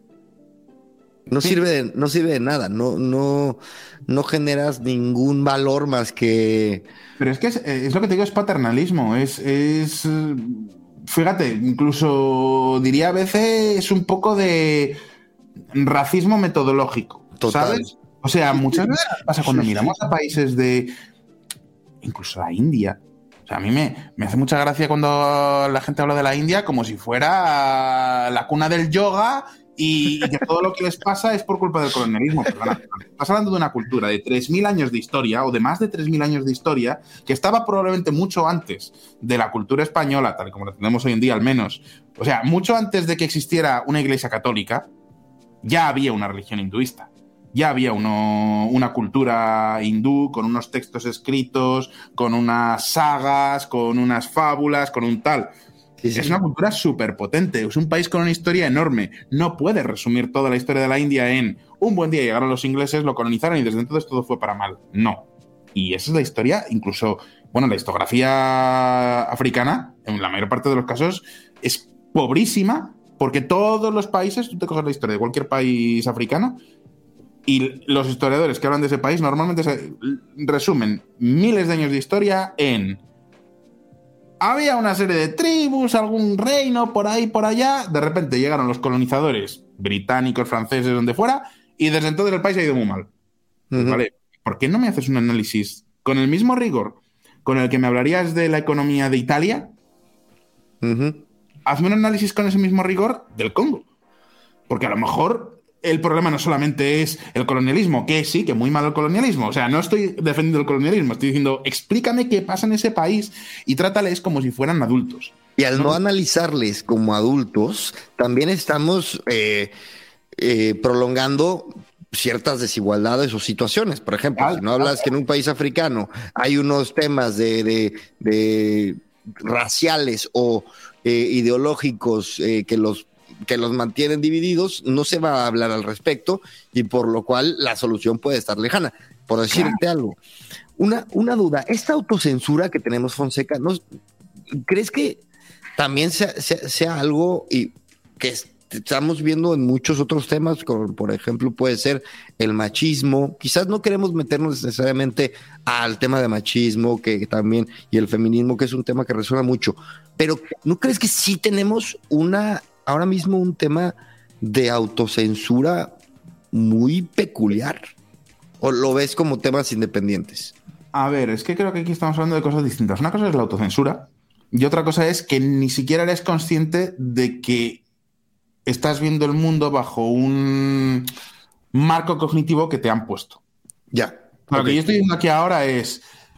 No sí. sirve de, no sirve de nada, no, no, no generas ningún valor más que... Pero es que es, es lo que te digo, es paternalismo, es, es... Fíjate, incluso diría a veces es un poco de racismo metodológico, Total. ¿Sabes? O sea, muchas veces pasa cuando miramos a países de... Incluso la India... O sea, a mí me, me hace mucha gracia cuando la gente habla de la India como si fuera la cuna del yoga y, y que todo lo que les pasa es por culpa del colonialismo. Perdona, estás hablando de una cultura de tres mil años de historia, o de más de tres mil años de historia, que estaba probablemente mucho antes de la cultura española, tal como la tenemos hoy en día al menos. O sea, mucho antes de que existiera una iglesia católica, ya había una religión hinduista. Ya había uno, una cultura hindú con unos textos escritos, con unas sagas, con unas fábulas, con un tal. Sí, sí. Es una cultura súper potente, es un país con una historia enorme. No puedes resumir toda la historia de la India en un buen día llegaron los ingleses, lo colonizaron y desde entonces todo fue para mal. No. Y esa es la historia, incluso, bueno, la historiografía africana, en la mayor parte de los casos, es pobrísima, porque todos los países, tú te coges la historia de cualquier país africano, y los historiadores que hablan de ese país normalmente se resumen miles de años de historia en había una serie de tribus, algún reino por ahí, por allá. De repente llegaron los colonizadores británicos, franceses, donde fuera, y desde entonces el país ha ido muy mal. Uh-huh. Vale, ¿por qué no me haces un análisis con el mismo rigor con el que me hablarías de la economía de Italia? Uh-huh. Hazme un análisis con ese mismo rigor del Congo. Porque a lo mejor el problema no solamente es el colonialismo, que sí, que muy mal el colonialismo. O sea, no estoy defendiendo el colonialismo, estoy diciendo, explícame qué pasa en ese país y trátales como si fueran adultos. Y al no, no analizarles como adultos, también estamos eh, eh, prolongando ciertas desigualdades o situaciones. Por ejemplo, ah, si no hablas ah, que en un país africano hay unos temas de, de, de raciales o eh, ideológicos eh, que los que los mantienen divididos, no se va a hablar al respecto y por lo cual la solución puede estar lejana. Por decirte claro. algo, una, una duda, esta autocensura que tenemos, Fonseca, ¿no, ¿crees que también sea, sea, sea algo y que estamos viendo en muchos otros temas, como por ejemplo puede ser el machismo? Quizás no queremos meternos necesariamente al tema de machismo, que también, y el feminismo, que es un tema que resuena mucho, pero ¿no crees que sí tenemos una ahora mismo un tema de autocensura muy peculiar? ¿O lo ves como temas independientes? A ver, es que creo que aquí estamos hablando de cosas distintas. Una cosa es la autocensura y otra cosa es que ni siquiera eres consciente de que estás viendo el mundo bajo un marco cognitivo que te han puesto. Ya. Lo okay. que yo estoy diciendo aquí ahora es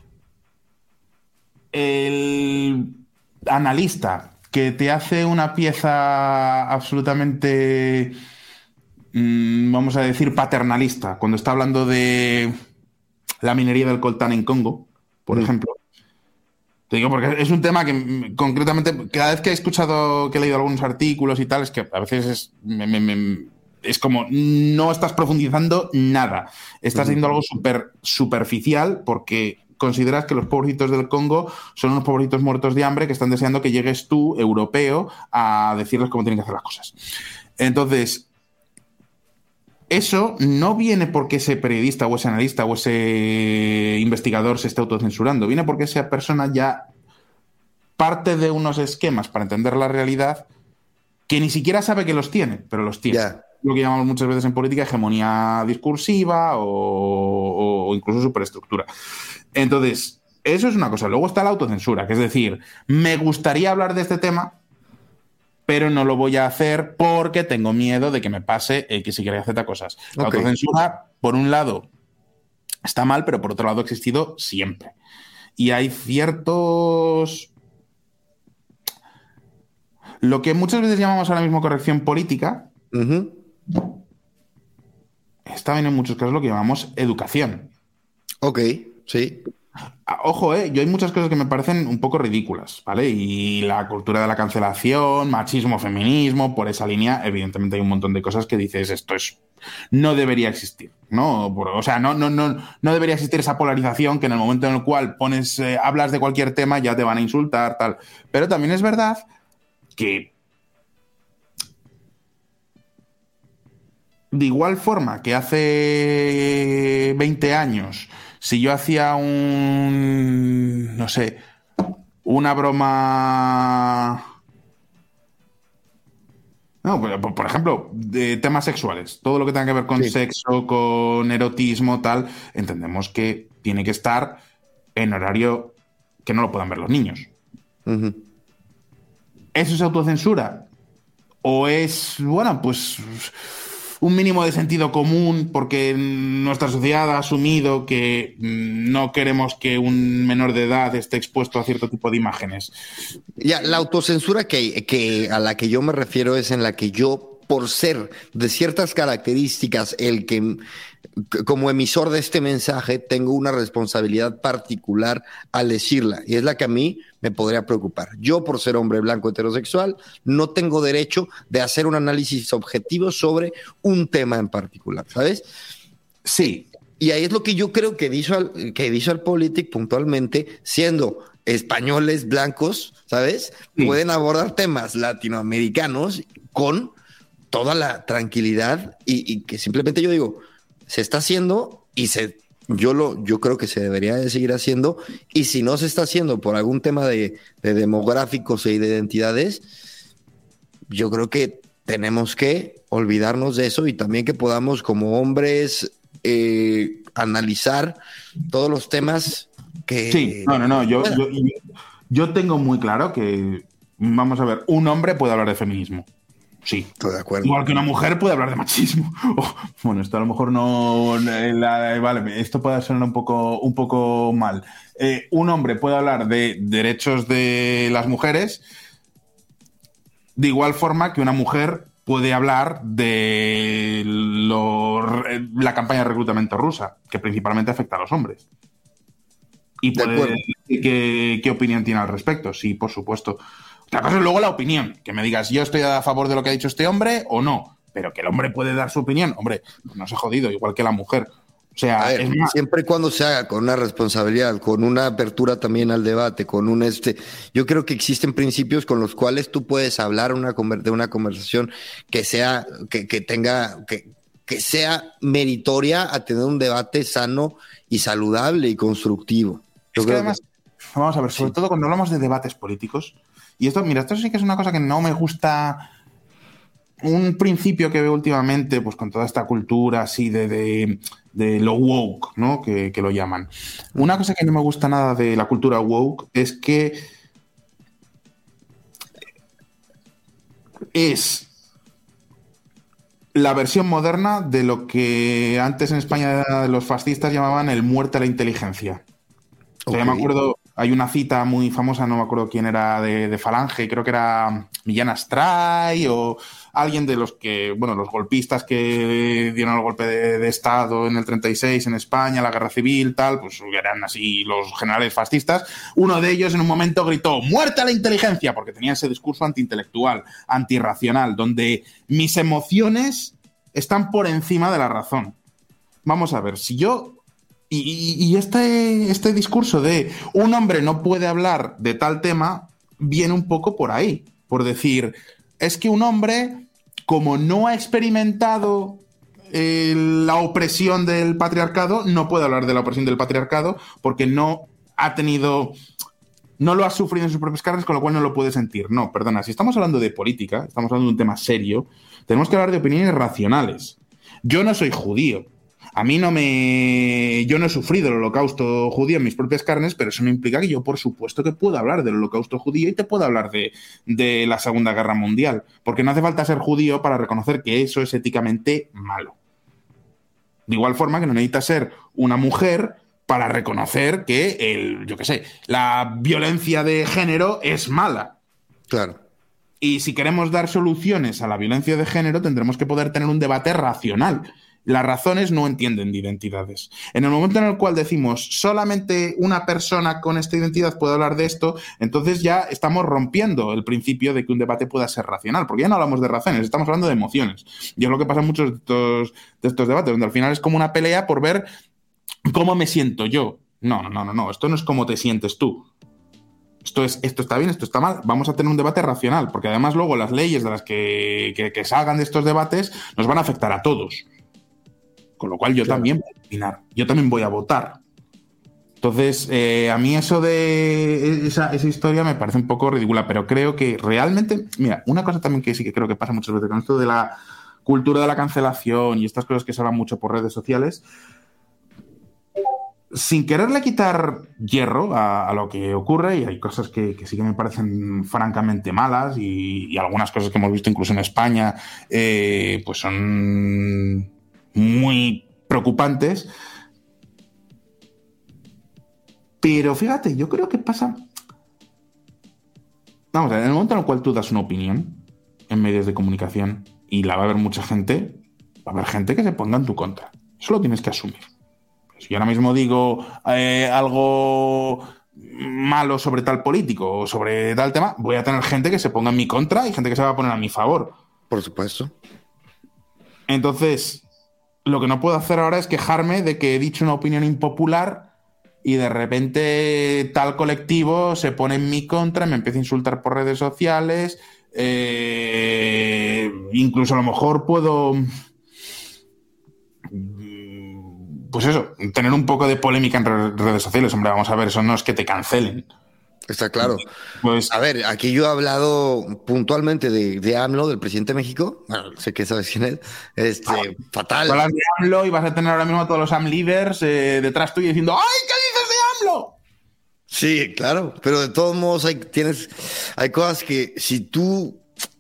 el analista que te hace una pieza absolutamente, mmm, vamos a decir, paternalista, cuando está hablando de la minería del coltán en Congo, por mm. ejemplo. Te digo porque es un tema que concretamente, cada vez que he escuchado, que he leído algunos artículos y tal, es que a veces es, me, me, me, es como, no estás profundizando nada. Estás mm. haciendo algo súper superficial porque consideras que los pobrecitos del Congo son unos pobrecitos muertos de hambre que están deseando que llegues tú, europeo, a decirles cómo tienen que hacer las cosas. Entonces, eso no viene porque ese periodista o ese analista o ese investigador se esté autocensurando, viene porque esa persona ya parte de unos esquemas para entender la realidad que ni siquiera sabe que los tiene, pero los tiene. Yeah. Lo que llamamos muchas veces en política hegemonía discursiva o, o incluso superestructura. Entonces, eso es una cosa. Luego está la autocensura, que es decir, me gustaría hablar de este tema, pero no lo voy a hacer porque tengo miedo de que me pase X, Y, Z cosas. La okay. autocensura, por un lado, está mal, pero por otro lado ha existido siempre. Y hay ciertos... Lo que muchas veces llamamos ahora mismo corrección política, uh-huh. está bien en muchos casos lo que llamamos educación. Ok, sí. Ojo, eh, yo hay muchas cosas que me parecen un poco ridículas, ¿vale? Y la cultura de la cancelación, machismo, feminismo, por esa línea, evidentemente hay un montón de cosas que dices, esto es, no debería existir, ¿no? O sea, no, no, no, no debería existir esa polarización que en el momento en el cual pones, eh, hablas de cualquier tema ya te van a insultar, tal. Pero también es verdad que de igual forma que hace veinte años, si yo hacía un, no sé, una broma, no, por, por ejemplo, de temas sexuales, todo lo que tenga que ver con sí. sexo, con erotismo, tal, entendemos que tiene que estar en horario que no lo puedan ver los niños. Uh-huh. ¿Eso es autocensura? ¿O es, bueno, pues un mínimo de sentido común porque nuestra sociedad ha asumido que no queremos que un menor de edad esté expuesto a cierto tipo de imágenes? Ya, la autocensura que, que a la que yo me refiero es en la que yo, por ser de ciertas características el que como emisor de este mensaje tengo una responsabilidad particular al decirla, y es la que a mí me podría preocupar. Yo, por ser hombre blanco heterosexual, no tengo derecho de hacer un análisis objetivo sobre un tema en particular, ¿sabes? Sí, y ahí es lo que yo creo que Visual, que Visualpolitik puntualmente, siendo españoles blancos, ¿sabes? Sí. Pueden abordar temas latinoamericanos con toda la tranquilidad y, y que simplemente yo digo, se está haciendo y se Yo, lo, yo creo que se debería de seguir haciendo, y si no se está haciendo por algún tema de, de demográficos y de identidades, yo creo que tenemos que olvidarnos de eso y también que podamos como hombres eh, analizar todos los temas que... Sí, no, no, no, yo, yo, yo tengo muy claro que, vamos a ver, un hombre puede hablar de feminismo. Sí. Estoy de acuerdo. Igual que una mujer puede hablar de machismo. Oh, bueno, esto a lo mejor no... La, vale, esto puede sonar un poco, un poco mal. Eh, un hombre puede hablar de derechos de las mujeres de igual forma que una mujer puede hablar de lo, la campaña de reclutamiento rusa, que principalmente afecta a los hombres. Y puede decir qué, qué opinión tiene al respecto. Sí, por supuesto. Otra cosa es luego la opinión, que me digas yo estoy a favor de lo que ha dicho este hombre o no, pero que el hombre puede dar su opinión, hombre, pues no se ha jodido, igual que la mujer. O sea, a ver, es más, siempre y cuando se haga con una responsabilidad, con una apertura también al debate, con un este, yo creo que existen principios con los cuales tú puedes hablar una de una conversación que sea, que, que tenga, que, que sea meritoria a tener un debate sano y saludable y constructivo. Yo es que además, que... vamos a ver, sobre sí. todo cuando hablamos de debates políticos, y esto, mira, esto sí que es una cosa que no me gusta. Un principio que veo últimamente, pues con toda esta cultura así de, de, de lo woke, ¿no? Que, que lo llaman. Una cosa que no me gusta nada de la cultura woke es que es la versión moderna de lo que antes en España los fascistas llamaban el muerte a la inteligencia. O sea, okay. Yo me acuerdo, hay una cita muy famosa, no me acuerdo quién era de, de Falange, creo que era Millán Astray o alguien de los que, bueno, los golpistas que dieron el golpe de, de Estado en el treinta y seis en España, la guerra civil, tal, pues eran así los generales fascistas. Uno de ellos en un momento gritó ¡muerte a la inteligencia! Porque tenía ese discurso antiintelectual, antirracional, donde mis emociones están por encima de la razón. Vamos a ver, si yo... Y, y este, este discurso de un hombre no puede hablar de tal tema viene un poco por ahí, por decir, es que un hombre, como no ha experimentado eh, la opresión del patriarcado, no puede hablar de la opresión del patriarcado porque no ha tenido, no lo ha sufrido en sus propias carnes, con lo cual no lo puede sentir. No, perdona, si estamos hablando de política, estamos hablando de un tema serio, tenemos que hablar de opiniones racionales. Yo no soy judío. A mí no me... Yo no he sufrido el holocausto judío en mis propias carnes, pero eso no implica que yo, por supuesto, que puedo hablar del holocausto judío y te puedo hablar de, de la Segunda Guerra Mundial. Porque no hace falta ser judío para reconocer que eso es éticamente malo. De igual forma que no necesitas ser una mujer para reconocer que, el, yo qué sé, la violencia de género es mala. Claro. Y si queremos dar soluciones a la violencia de género, tendremos que poder tener un debate racional. Las razones no entienden de identidades. En el momento en el cual decimos solamente una persona con esta identidad puede hablar de esto, entonces ya estamos rompiendo el principio de que un debate pueda ser racional, porque ya no hablamos de razones, estamos hablando de emociones. Y es lo que pasa en muchos de estos, de estos debates, donde al final es como una pelea por ver cómo me siento yo. No, no, no, no, esto no es cómo te sientes tú. Esto, es, esto está bien, esto está mal. Vamos a tener un debate racional, porque además luego las leyes de las que, que, que salgan de estos debates nos van a afectar a todos. Con lo cual yo claro. también voy a opinar, yo también voy a votar. Entonces, eh, a mí eso de esa, esa historia me parece un poco ridícula, pero creo que realmente, mira, una cosa también que sí que creo que pasa muchas veces con esto de la cultura de la cancelación y estas cosas que se hablan mucho por redes sociales, sin quererle quitar hierro a, a lo que ocurre, y hay cosas que, que sí que me parecen francamente malas y, y algunas cosas que hemos visto incluso en España, eh, pues son... muy preocupantes, pero fíjate, yo creo que pasa, vamos a ver, en el momento en el cual tú das una opinión en medios de comunicación y la va a haber mucha gente, va a haber gente que se ponga en tu contra, eso lo tienes que asumir. Si yo ahora mismo digo eh, algo malo sobre tal político o sobre tal tema, voy a tener gente que se ponga en mi contra y gente que se va a poner a mi favor. Por supuesto. Entonces, lo que no puedo hacer ahora es quejarme de que he dicho una opinión impopular y de repente tal colectivo se pone en mi contra, me empieza a insultar por redes sociales, eh, incluso a lo mejor puedo pues eso, tener un poco de polémica en redes sociales. Hombre, vamos a ver, eso no es que te cancelen. Está claro. Pues, a ver, aquí yo he hablado puntualmente de, de AMLO, del presidente de México. Bueno, sé que sabes quién es. Este, ah, fatal. Hablas de AMLO y vas a tener ahora mismo a todos los AMLivers eh, detrás tuyo diciendo ¡ay, qué dices de AMLO! Sí, claro, pero de todos modos hay, tienes, hay cosas que si tú...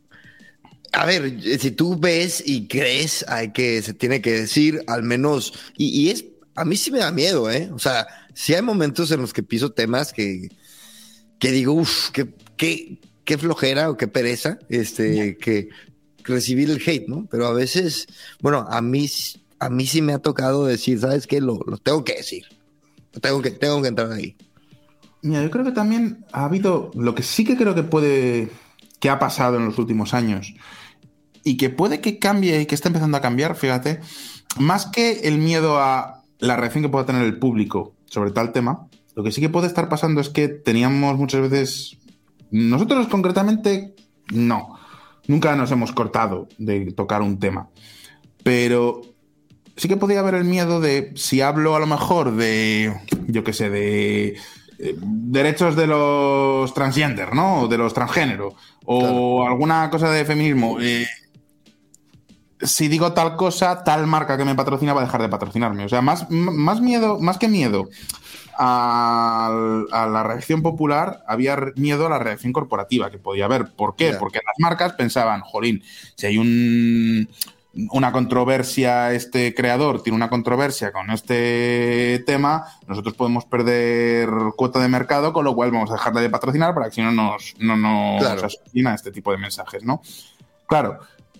A ver, si tú ves y crees hay que se tiene que decir, al menos, y, y es, a mí sí me da miedo, ¿eh? O sea, sí hay momentos en los que piso temas que, que digo, uff, qué, qué, qué flojera o qué pereza, este, que recibir el hate, ¿no? Pero a veces, bueno, a mí, a mí sí me ha tocado decir, ¿sabes qué? Lo, lo tengo que decir, lo tengo que, tengo que entrar ahí. Mira, yo creo que también ha habido, lo que sí que creo que puede, que ha pasado en los últimos años, y que puede que cambie y que está empezando a cambiar, fíjate, más que el miedo a la reacción que pueda tener el público sobre tal tema, lo que sí que puede estar pasando es que teníamos muchas veces, nosotros concretamente, no, nunca nos hemos cortado de tocar un tema, pero sí que podía haber el miedo de, si hablo a lo mejor de, yo qué sé, de eh, derechos de los transgender, ¿no? O de los transgénero, o claro, alguna cosa de feminismo, eh, si digo tal cosa, tal marca que me patrocina va a dejar de patrocinarme. O sea, más, más miedo, más que miedo a, a la reacción popular, había miedo a la reacción corporativa que podía haber. ¿Por qué? Yeah. Porque las marcas pensaban, jolín, si hay un, una controversia, este creador tiene una controversia con este tema, nosotros podemos perder cuota de mercado, con lo cual vamos a dejar de patrocinar para que si no nos, no nos claro. asesina este tipo de mensajes, ¿no? Claro.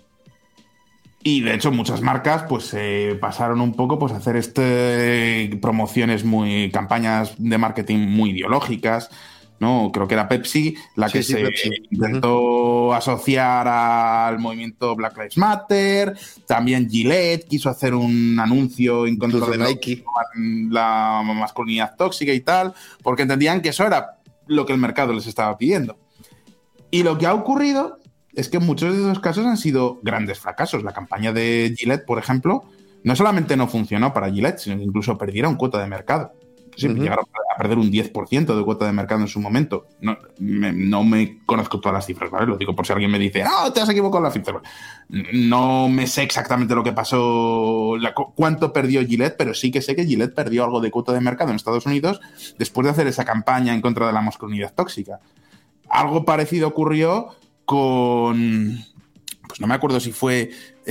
Y de hecho muchas marcas pues eh, pasaron un poco pues a hacer este promociones muy, campañas de marketing muy ideológicas, ¿no? Creo que era Pepsi la que sí, se Pepsi. intentó uh-huh. asociar al movimiento Black Lives Matter. También Gillette quiso hacer un anuncio en contra de Nike, la masculinidad tóxica y tal, porque entendían que eso era lo que el mercado les estaba pidiendo. Y lo que ha ocurrido es que muchos de esos casos han sido grandes fracasos. La campaña de Gillette, por ejemplo, no solamente no funcionó para Gillette, sino que incluso perdieron cuota de mercado. Sí, uh-huh. Llegaron a perder un diez por ciento de cuota de mercado en su momento. No me, no me conozco todas las cifras, ¿vale? Lo digo por si alguien me dice, no, te has equivocado en la cifra. No me sé exactamente lo que pasó, la, cuánto perdió Gillette, pero sí que sé que Gillette perdió algo de cuota de mercado en Estados Unidos después de hacer esa campaña en contra de la masculinidad tóxica. Algo parecido ocurrió con, pues no me acuerdo si fue,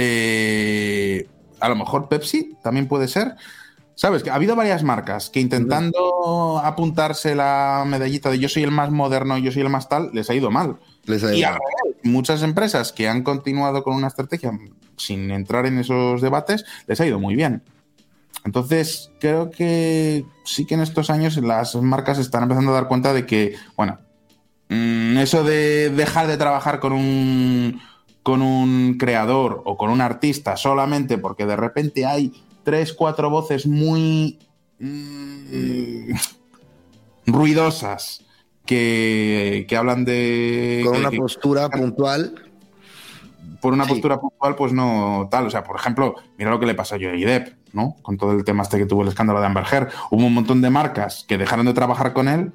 eh, a lo mejor Pepsi, también puede ser. ¿Sabes? Que ha habido varias marcas que intentando apuntarse la medallita de yo soy el más moderno, yo soy el más tal, les ha ido mal. Les ha ido y a ver, muchas empresas que han continuado con una estrategia sin entrar en esos debates, les ha ido muy bien. Entonces, creo que sí que en estos años las marcas están empezando a dar cuenta de que, bueno, eso de dejar de trabajar con un, con un creador o con un artista solamente porque de repente hay tres, cuatro voces muy mmm, ruidosas que, que hablan de... Con que, una que, postura que, puntual. Por una sí. postura puntual, pues no tal. O sea, por ejemplo, mira lo que le pasó a Johnny Depp, ¿no? Con todo el tema este que tuvo el escándalo de Amber Heard. Hubo un montón de marcas que dejaron de trabajar con él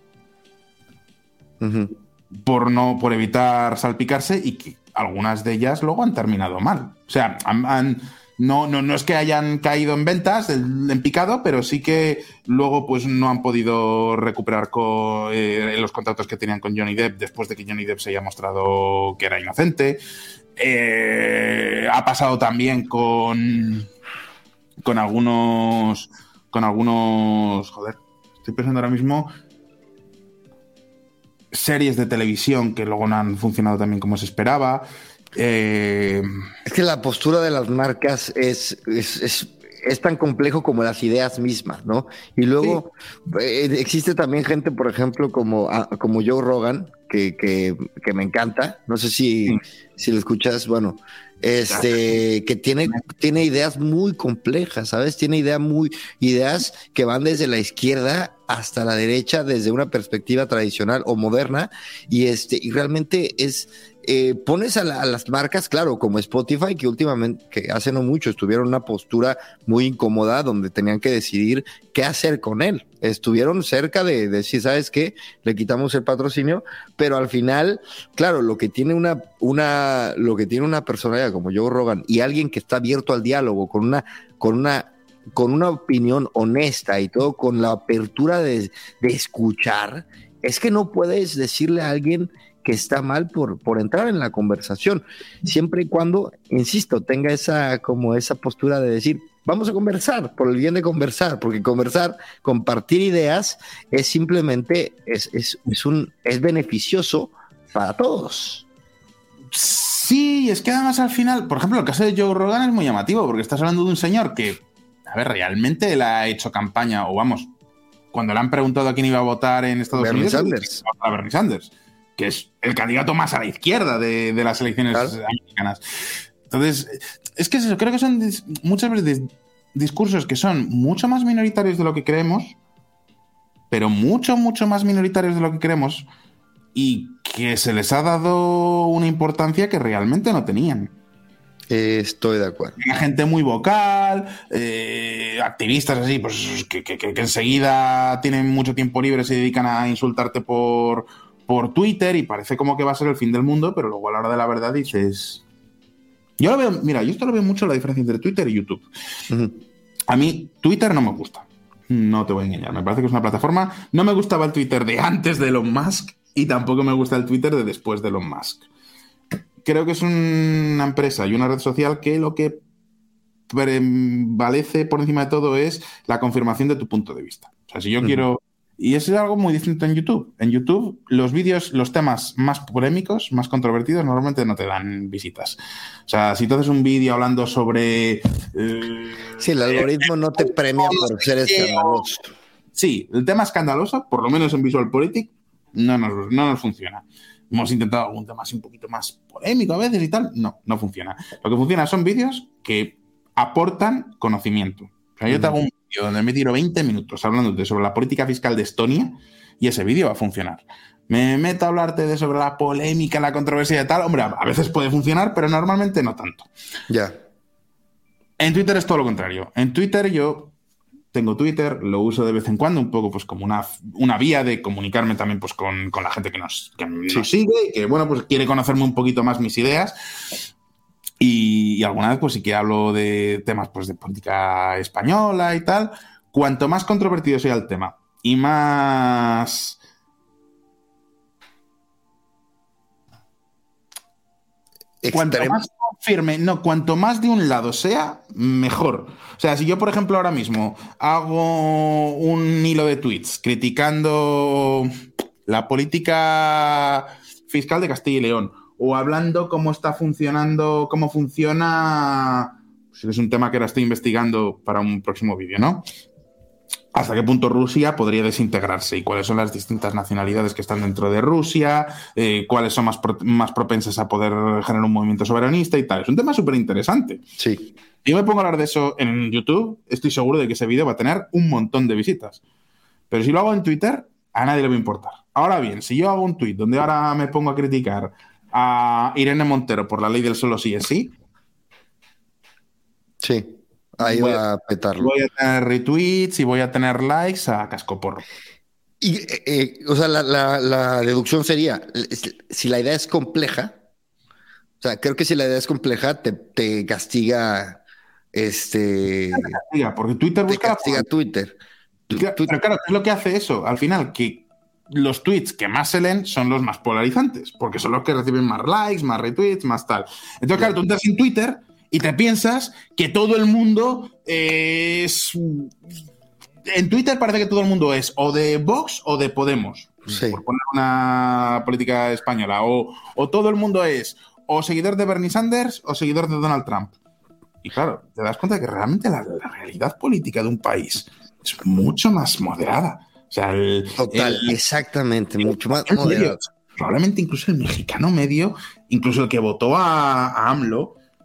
uh-huh. por no por evitar salpicarse y que algunas de ellas luego han terminado mal. O sea, han... han No, no, no es que hayan caído en ventas, en picado, pero sí que luego pues no han podido recuperar con, eh, los contactos que tenían con Johnny Depp después de que Johnny Depp se haya mostrado que era inocente. Eh, ha pasado también con, con algunos... Con algunos... Joder, estoy pensando ahora mismo... Series de televisión que luego no han funcionado también como se esperaba... Eh... Es que la postura de las marcas es, es, es, es tan complejo como las ideas mismas, ¿no? Y luego sí. eh, existe también gente, por ejemplo, como, ah, como Joe Rogan, que, que, que me encanta. No sé si, sí. si lo escuchas, bueno, este, que tiene, tiene ideas muy complejas, ¿sabes? Tiene idea muy, ideas que van desde la izquierda hasta la derecha, desde una perspectiva tradicional o moderna, y este, y realmente es eh, pones a, la, a las marcas, claro, como Spotify, que últimamente, que hace no mucho, estuvieron en una postura muy incómoda donde tenían que decidir qué hacer con él. Estuvieron cerca de decir, ¿sabes qué? Le quitamos el patrocinio, pero al final, claro, lo que tiene una, una, lo que tiene una personalidad como Joe Rogan y alguien que está abierto al diálogo con una, con una con una opinión honesta y todo, con la apertura de, de escuchar, es que no puedes decirle a alguien que está mal por, por entrar en la conversación, siempre y cuando, insisto, tenga esa, como esa postura de decir, vamos a conversar, por el bien de conversar, porque conversar, compartir ideas, es simplemente, es, es, es, un, es beneficioso para todos. Sí, es que además al final, por ejemplo, el caso de Joe Rogan es muy llamativo, porque estás hablando de un señor que, a ver, realmente él ha hecho campaña, o vamos, cuando le han preguntado a quién iba a votar en Estados Bernie Unidos, Sanders. a Bernie Sanders, que es el candidato más a la izquierda de, de las elecciones claro. americanas. Entonces, es que es eso, creo que son dis- muchas veces discursos que son mucho más minoritarios de lo que creemos, pero mucho, mucho más minoritarios de lo que creemos, y que se les ha dado una importancia que realmente no tenían. Eh, estoy de acuerdo. Hay gente muy vocal, eh, activistas así, pues que, que, que enseguida tienen mucho tiempo libre, se dedican a insultarte por, por Twitter y parece como que va a ser el fin del mundo, pero luego a la hora de la verdad dices... Yo lo veo, mira, yo esto lo veo mucho la diferencia entre Twitter y YouTube. Uh-huh. A mí Twitter no me gusta, no te voy a engañar, me parece que es una plataforma... No me gustaba el Twitter de antes de Elon Musk y tampoco me gusta el Twitter de después de Elon Musk. Creo que es una empresa y una red social que lo que prevalece por encima de todo es la confirmación de tu punto de vista. O sea, si yo uh-huh. quiero... Y eso es algo muy distinto en YouTube. En YouTube, los vídeos, los temas más polémicos, más controvertidos, normalmente no te dan visitas. O sea, si tú haces un vídeo hablando sobre... Eh, sí, el algoritmo eh, no te premia por ser escandaloso. Sí, el tema escandaloso, por lo menos en VisualPolitik, no nos, no nos funciona. Hemos intentado algún tema así un poquito más polémico a veces y tal. No, no funciona. Lo que funciona son vídeos que aportan conocimiento. O sea, yo te hago un vídeo donde me tiro veinte minutos hablándote sobre la política fiscal de Estonia y ese vídeo va a funcionar. Me meto a hablarte de sobre la polémica, la controversia y tal. Hombre, a veces puede funcionar, pero normalmente no tanto. Ya. En Twitter es todo lo contrario. En Twitter yo... Tengo Twitter, lo uso de vez en cuando, un poco pues como una, una vía de comunicarme también pues con, con la gente que nos, que sí. nos sigue y que, bueno, pues quiere conocerme un poquito más mis ideas. Y, y alguna vez pues sí que hablo de temas pues de política española y tal. Cuanto más controvertido sea el tema y más... Cuanto más firme, no, cuanto más de un lado sea, mejor. O sea, si yo, por ejemplo, ahora mismo hago un hilo de tweets criticando la política fiscal de Castilla y León o hablando cómo está funcionando, cómo funciona, pues es un tema que ahora estoy investigando para un próximo vídeo, ¿no? Hasta qué punto Rusia podría desintegrarse y cuáles son las distintas nacionalidades que están dentro de Rusia, eh, cuáles son más, pro- más propensas a poder generar un movimiento soberanista y tal. Es un tema súper interesante. Sí. Si yo me pongo a hablar de eso en YouTube, estoy seguro de que ese vídeo va a tener un montón de visitas. Pero si lo hago en Twitter, a nadie le va a importar. Ahora bien, si yo hago un tweet donde ahora me pongo a criticar a Irene Montero por la ley del solo sí es sí... Sí. Ahí voy va a petarlo. Voy a tener retweets y voy a tener likes a cascoporro. Y, eh, eh, o sea, la, la, la deducción sería, si la idea es compleja, o sea, creo que si la idea es compleja, te, te castiga, este... Te castiga, porque Twitter busca... Te castiga Twitter. Claro, pero claro, ¿qué es lo que hace eso? Al final, que los tweets que más se leen son los más polarizantes, porque son los que reciben más likes, más retweets, más tal. Entonces, claro, tú entras en Twitter... y te piensas que todo el mundo es... En Twitter parece que todo el mundo es o de Vox o de Podemos, sí. por poner una política española, o, o todo el mundo es o seguidor de Bernie Sanders o seguidor de Donald Trump. Y claro, te das cuenta que realmente la, la realidad política de un país es mucho más moderada. O sea, el, Total, el, exactamente, el, mucho más el moderada. Medio, probablemente incluso el mexicano medio, incluso el que votó a, a AMLO,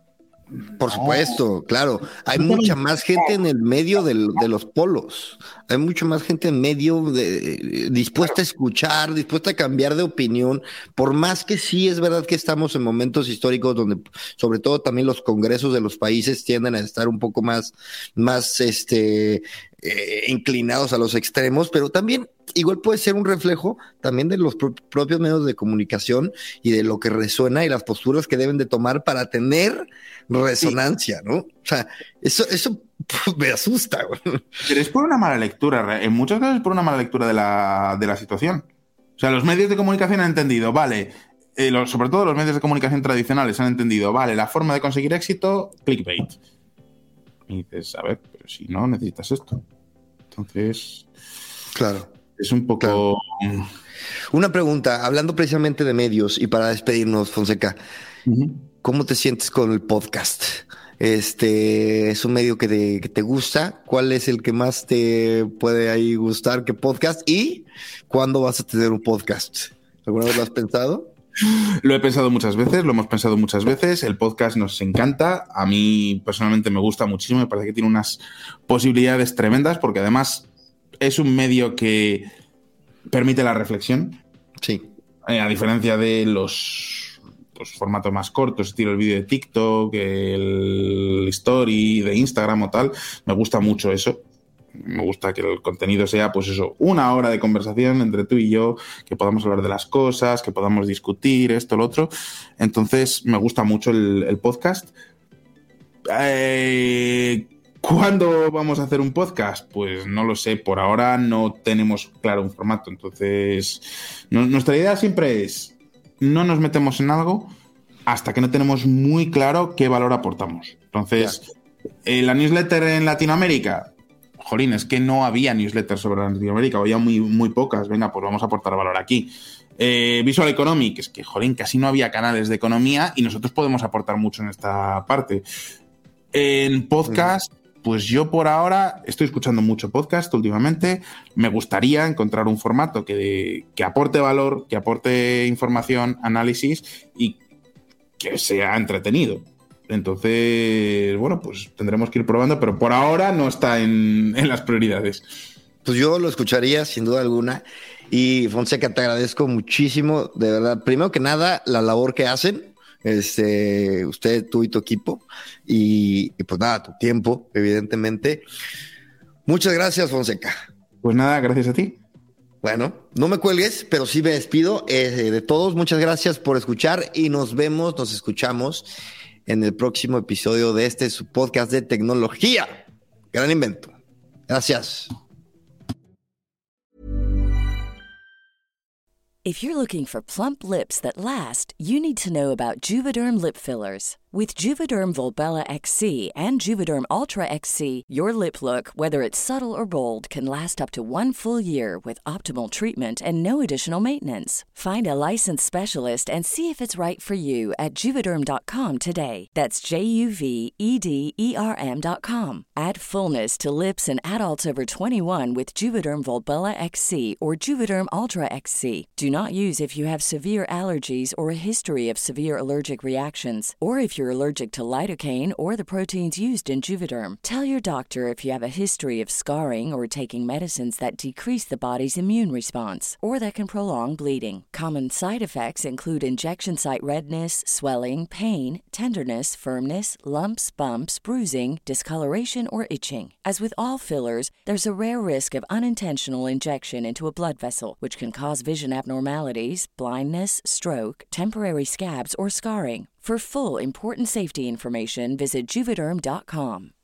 Por supuesto, claro. Hay mucha más gente en el medio del, de los polos. Hay mucha más gente en medio de, dispuesta a escuchar, dispuesta a cambiar de opinión. Por más que sí es verdad que estamos en momentos históricos donde, sobre todo también los congresos de los países tienden a estar un poco más, más, este, eh, inclinados a los extremos, pero también igual puede ser un reflejo también de los pro- propios medios de comunicación y de lo que resuena y las posturas que deben de tomar para tener resonancia, ¿no? O sea, eso, eso me asusta, güey. Pero es por una mala lectura, en muchos casos es por una mala lectura de la, de la situación. O sea, los medios de comunicación han entendido, vale, eh, los, sobre todo los medios de comunicación tradicionales han entendido, vale, la forma de conseguir éxito, clickbait. Y dices, a ver, pero si no, necesitas esto. Entonces, claro, es un poco... Claro. Una pregunta, hablando precisamente de medios y para despedirnos, Fonseca, uh-huh. ¿Cómo te sientes con el podcast? Este, ¿es un medio que te, que te gusta? ¿Cuál es el que más te puede ahí gustar que podcast? ¿Y cuándo vas a tener un podcast? ¿Alguna vez lo has pensado? Lo he pensado muchas veces, lo hemos pensado muchas veces. El podcast nos encanta. A mí personalmente me gusta muchísimo. Me parece que tiene unas posibilidades tremendas porque además es un medio que permite la reflexión. Sí. Eh, a diferencia de los... Pues, formatos más cortos, estilo el vídeo de TikTok, el story de Instagram o tal, me gusta mucho eso. Me gusta que el contenido sea, pues eso, una hora de conversación entre tú y yo, que podamos hablar de las cosas, que podamos discutir esto, lo otro. Entonces, me gusta mucho el, el podcast. Eh, ¿Cuándo vamos a hacer un podcast? Pues no lo sé. Por ahora no tenemos claro un formato. Entonces, no, nuestra idea siempre es no nos metemos en algo hasta que no tenemos muy claro qué valor aportamos. Entonces, eh, la newsletter en Latinoamérica, jolín, es que no había newsletters sobre Latinoamérica, había muy, muy pocas. Venga, pues vamos a aportar valor aquí. Eh, Visual Economic, es que, jolín, casi no había canales de economía y nosotros podemos aportar mucho en esta parte. En podcast... Pues yo por ahora estoy escuchando mucho podcast últimamente. Me gustaría encontrar un formato que, que aporte valor, que aporte información, análisis y que sea entretenido. Entonces, bueno, pues tendremos que ir probando, pero por ahora no está en, en las prioridades. Pues yo lo escucharía sin duda alguna. Y Fonseca, te agradezco muchísimo, de verdad. Primero que nada, la labor que hacen. Este, usted, tú y tu equipo y, y pues nada, tu tiempo, evidentemente. Muchas gracias, Fonseca. Pues nada, gracias a ti. Bueno, no me cuelgues, pero sí me despido eh, de todos. Muchas gracias por escuchar y nos vemos, nos escuchamos en el próximo episodio de este su podcast de tecnología. Gran invento. Gracias. If you're looking for plump lips that last, you need to know about Juvederm lip fillers. With Juvederm Volbella X C and Juvederm Ultra X C, your lip look, whether it's subtle or bold, can last up to one full year with optimal treatment and no additional maintenance. Find a licensed specialist and see if it's right for you at Juvederm dot com today. That's J U V E D E R M dot com. Add fullness to lips in adults over twenty-one with Juvederm Volbella X C or Juvederm Ultra X C. Do not use if you have severe allergies or a history of severe allergic reactions, or if you're allergic to lidocaine or the proteins used in Juvederm. Tell your doctor if you have a history of scarring or taking medicines that decrease the body's immune response or that can prolong bleeding. Common side effects include injection site redness, swelling, pain, tenderness, firmness, lumps, bumps, bruising, discoloration, or itching. As with all fillers, there's a rare risk of unintentional injection into a blood vessel, which can cause vision abnormalities, blindness, stroke, temporary scabs, or scarring. For full important safety information, visit Juvederm dot com.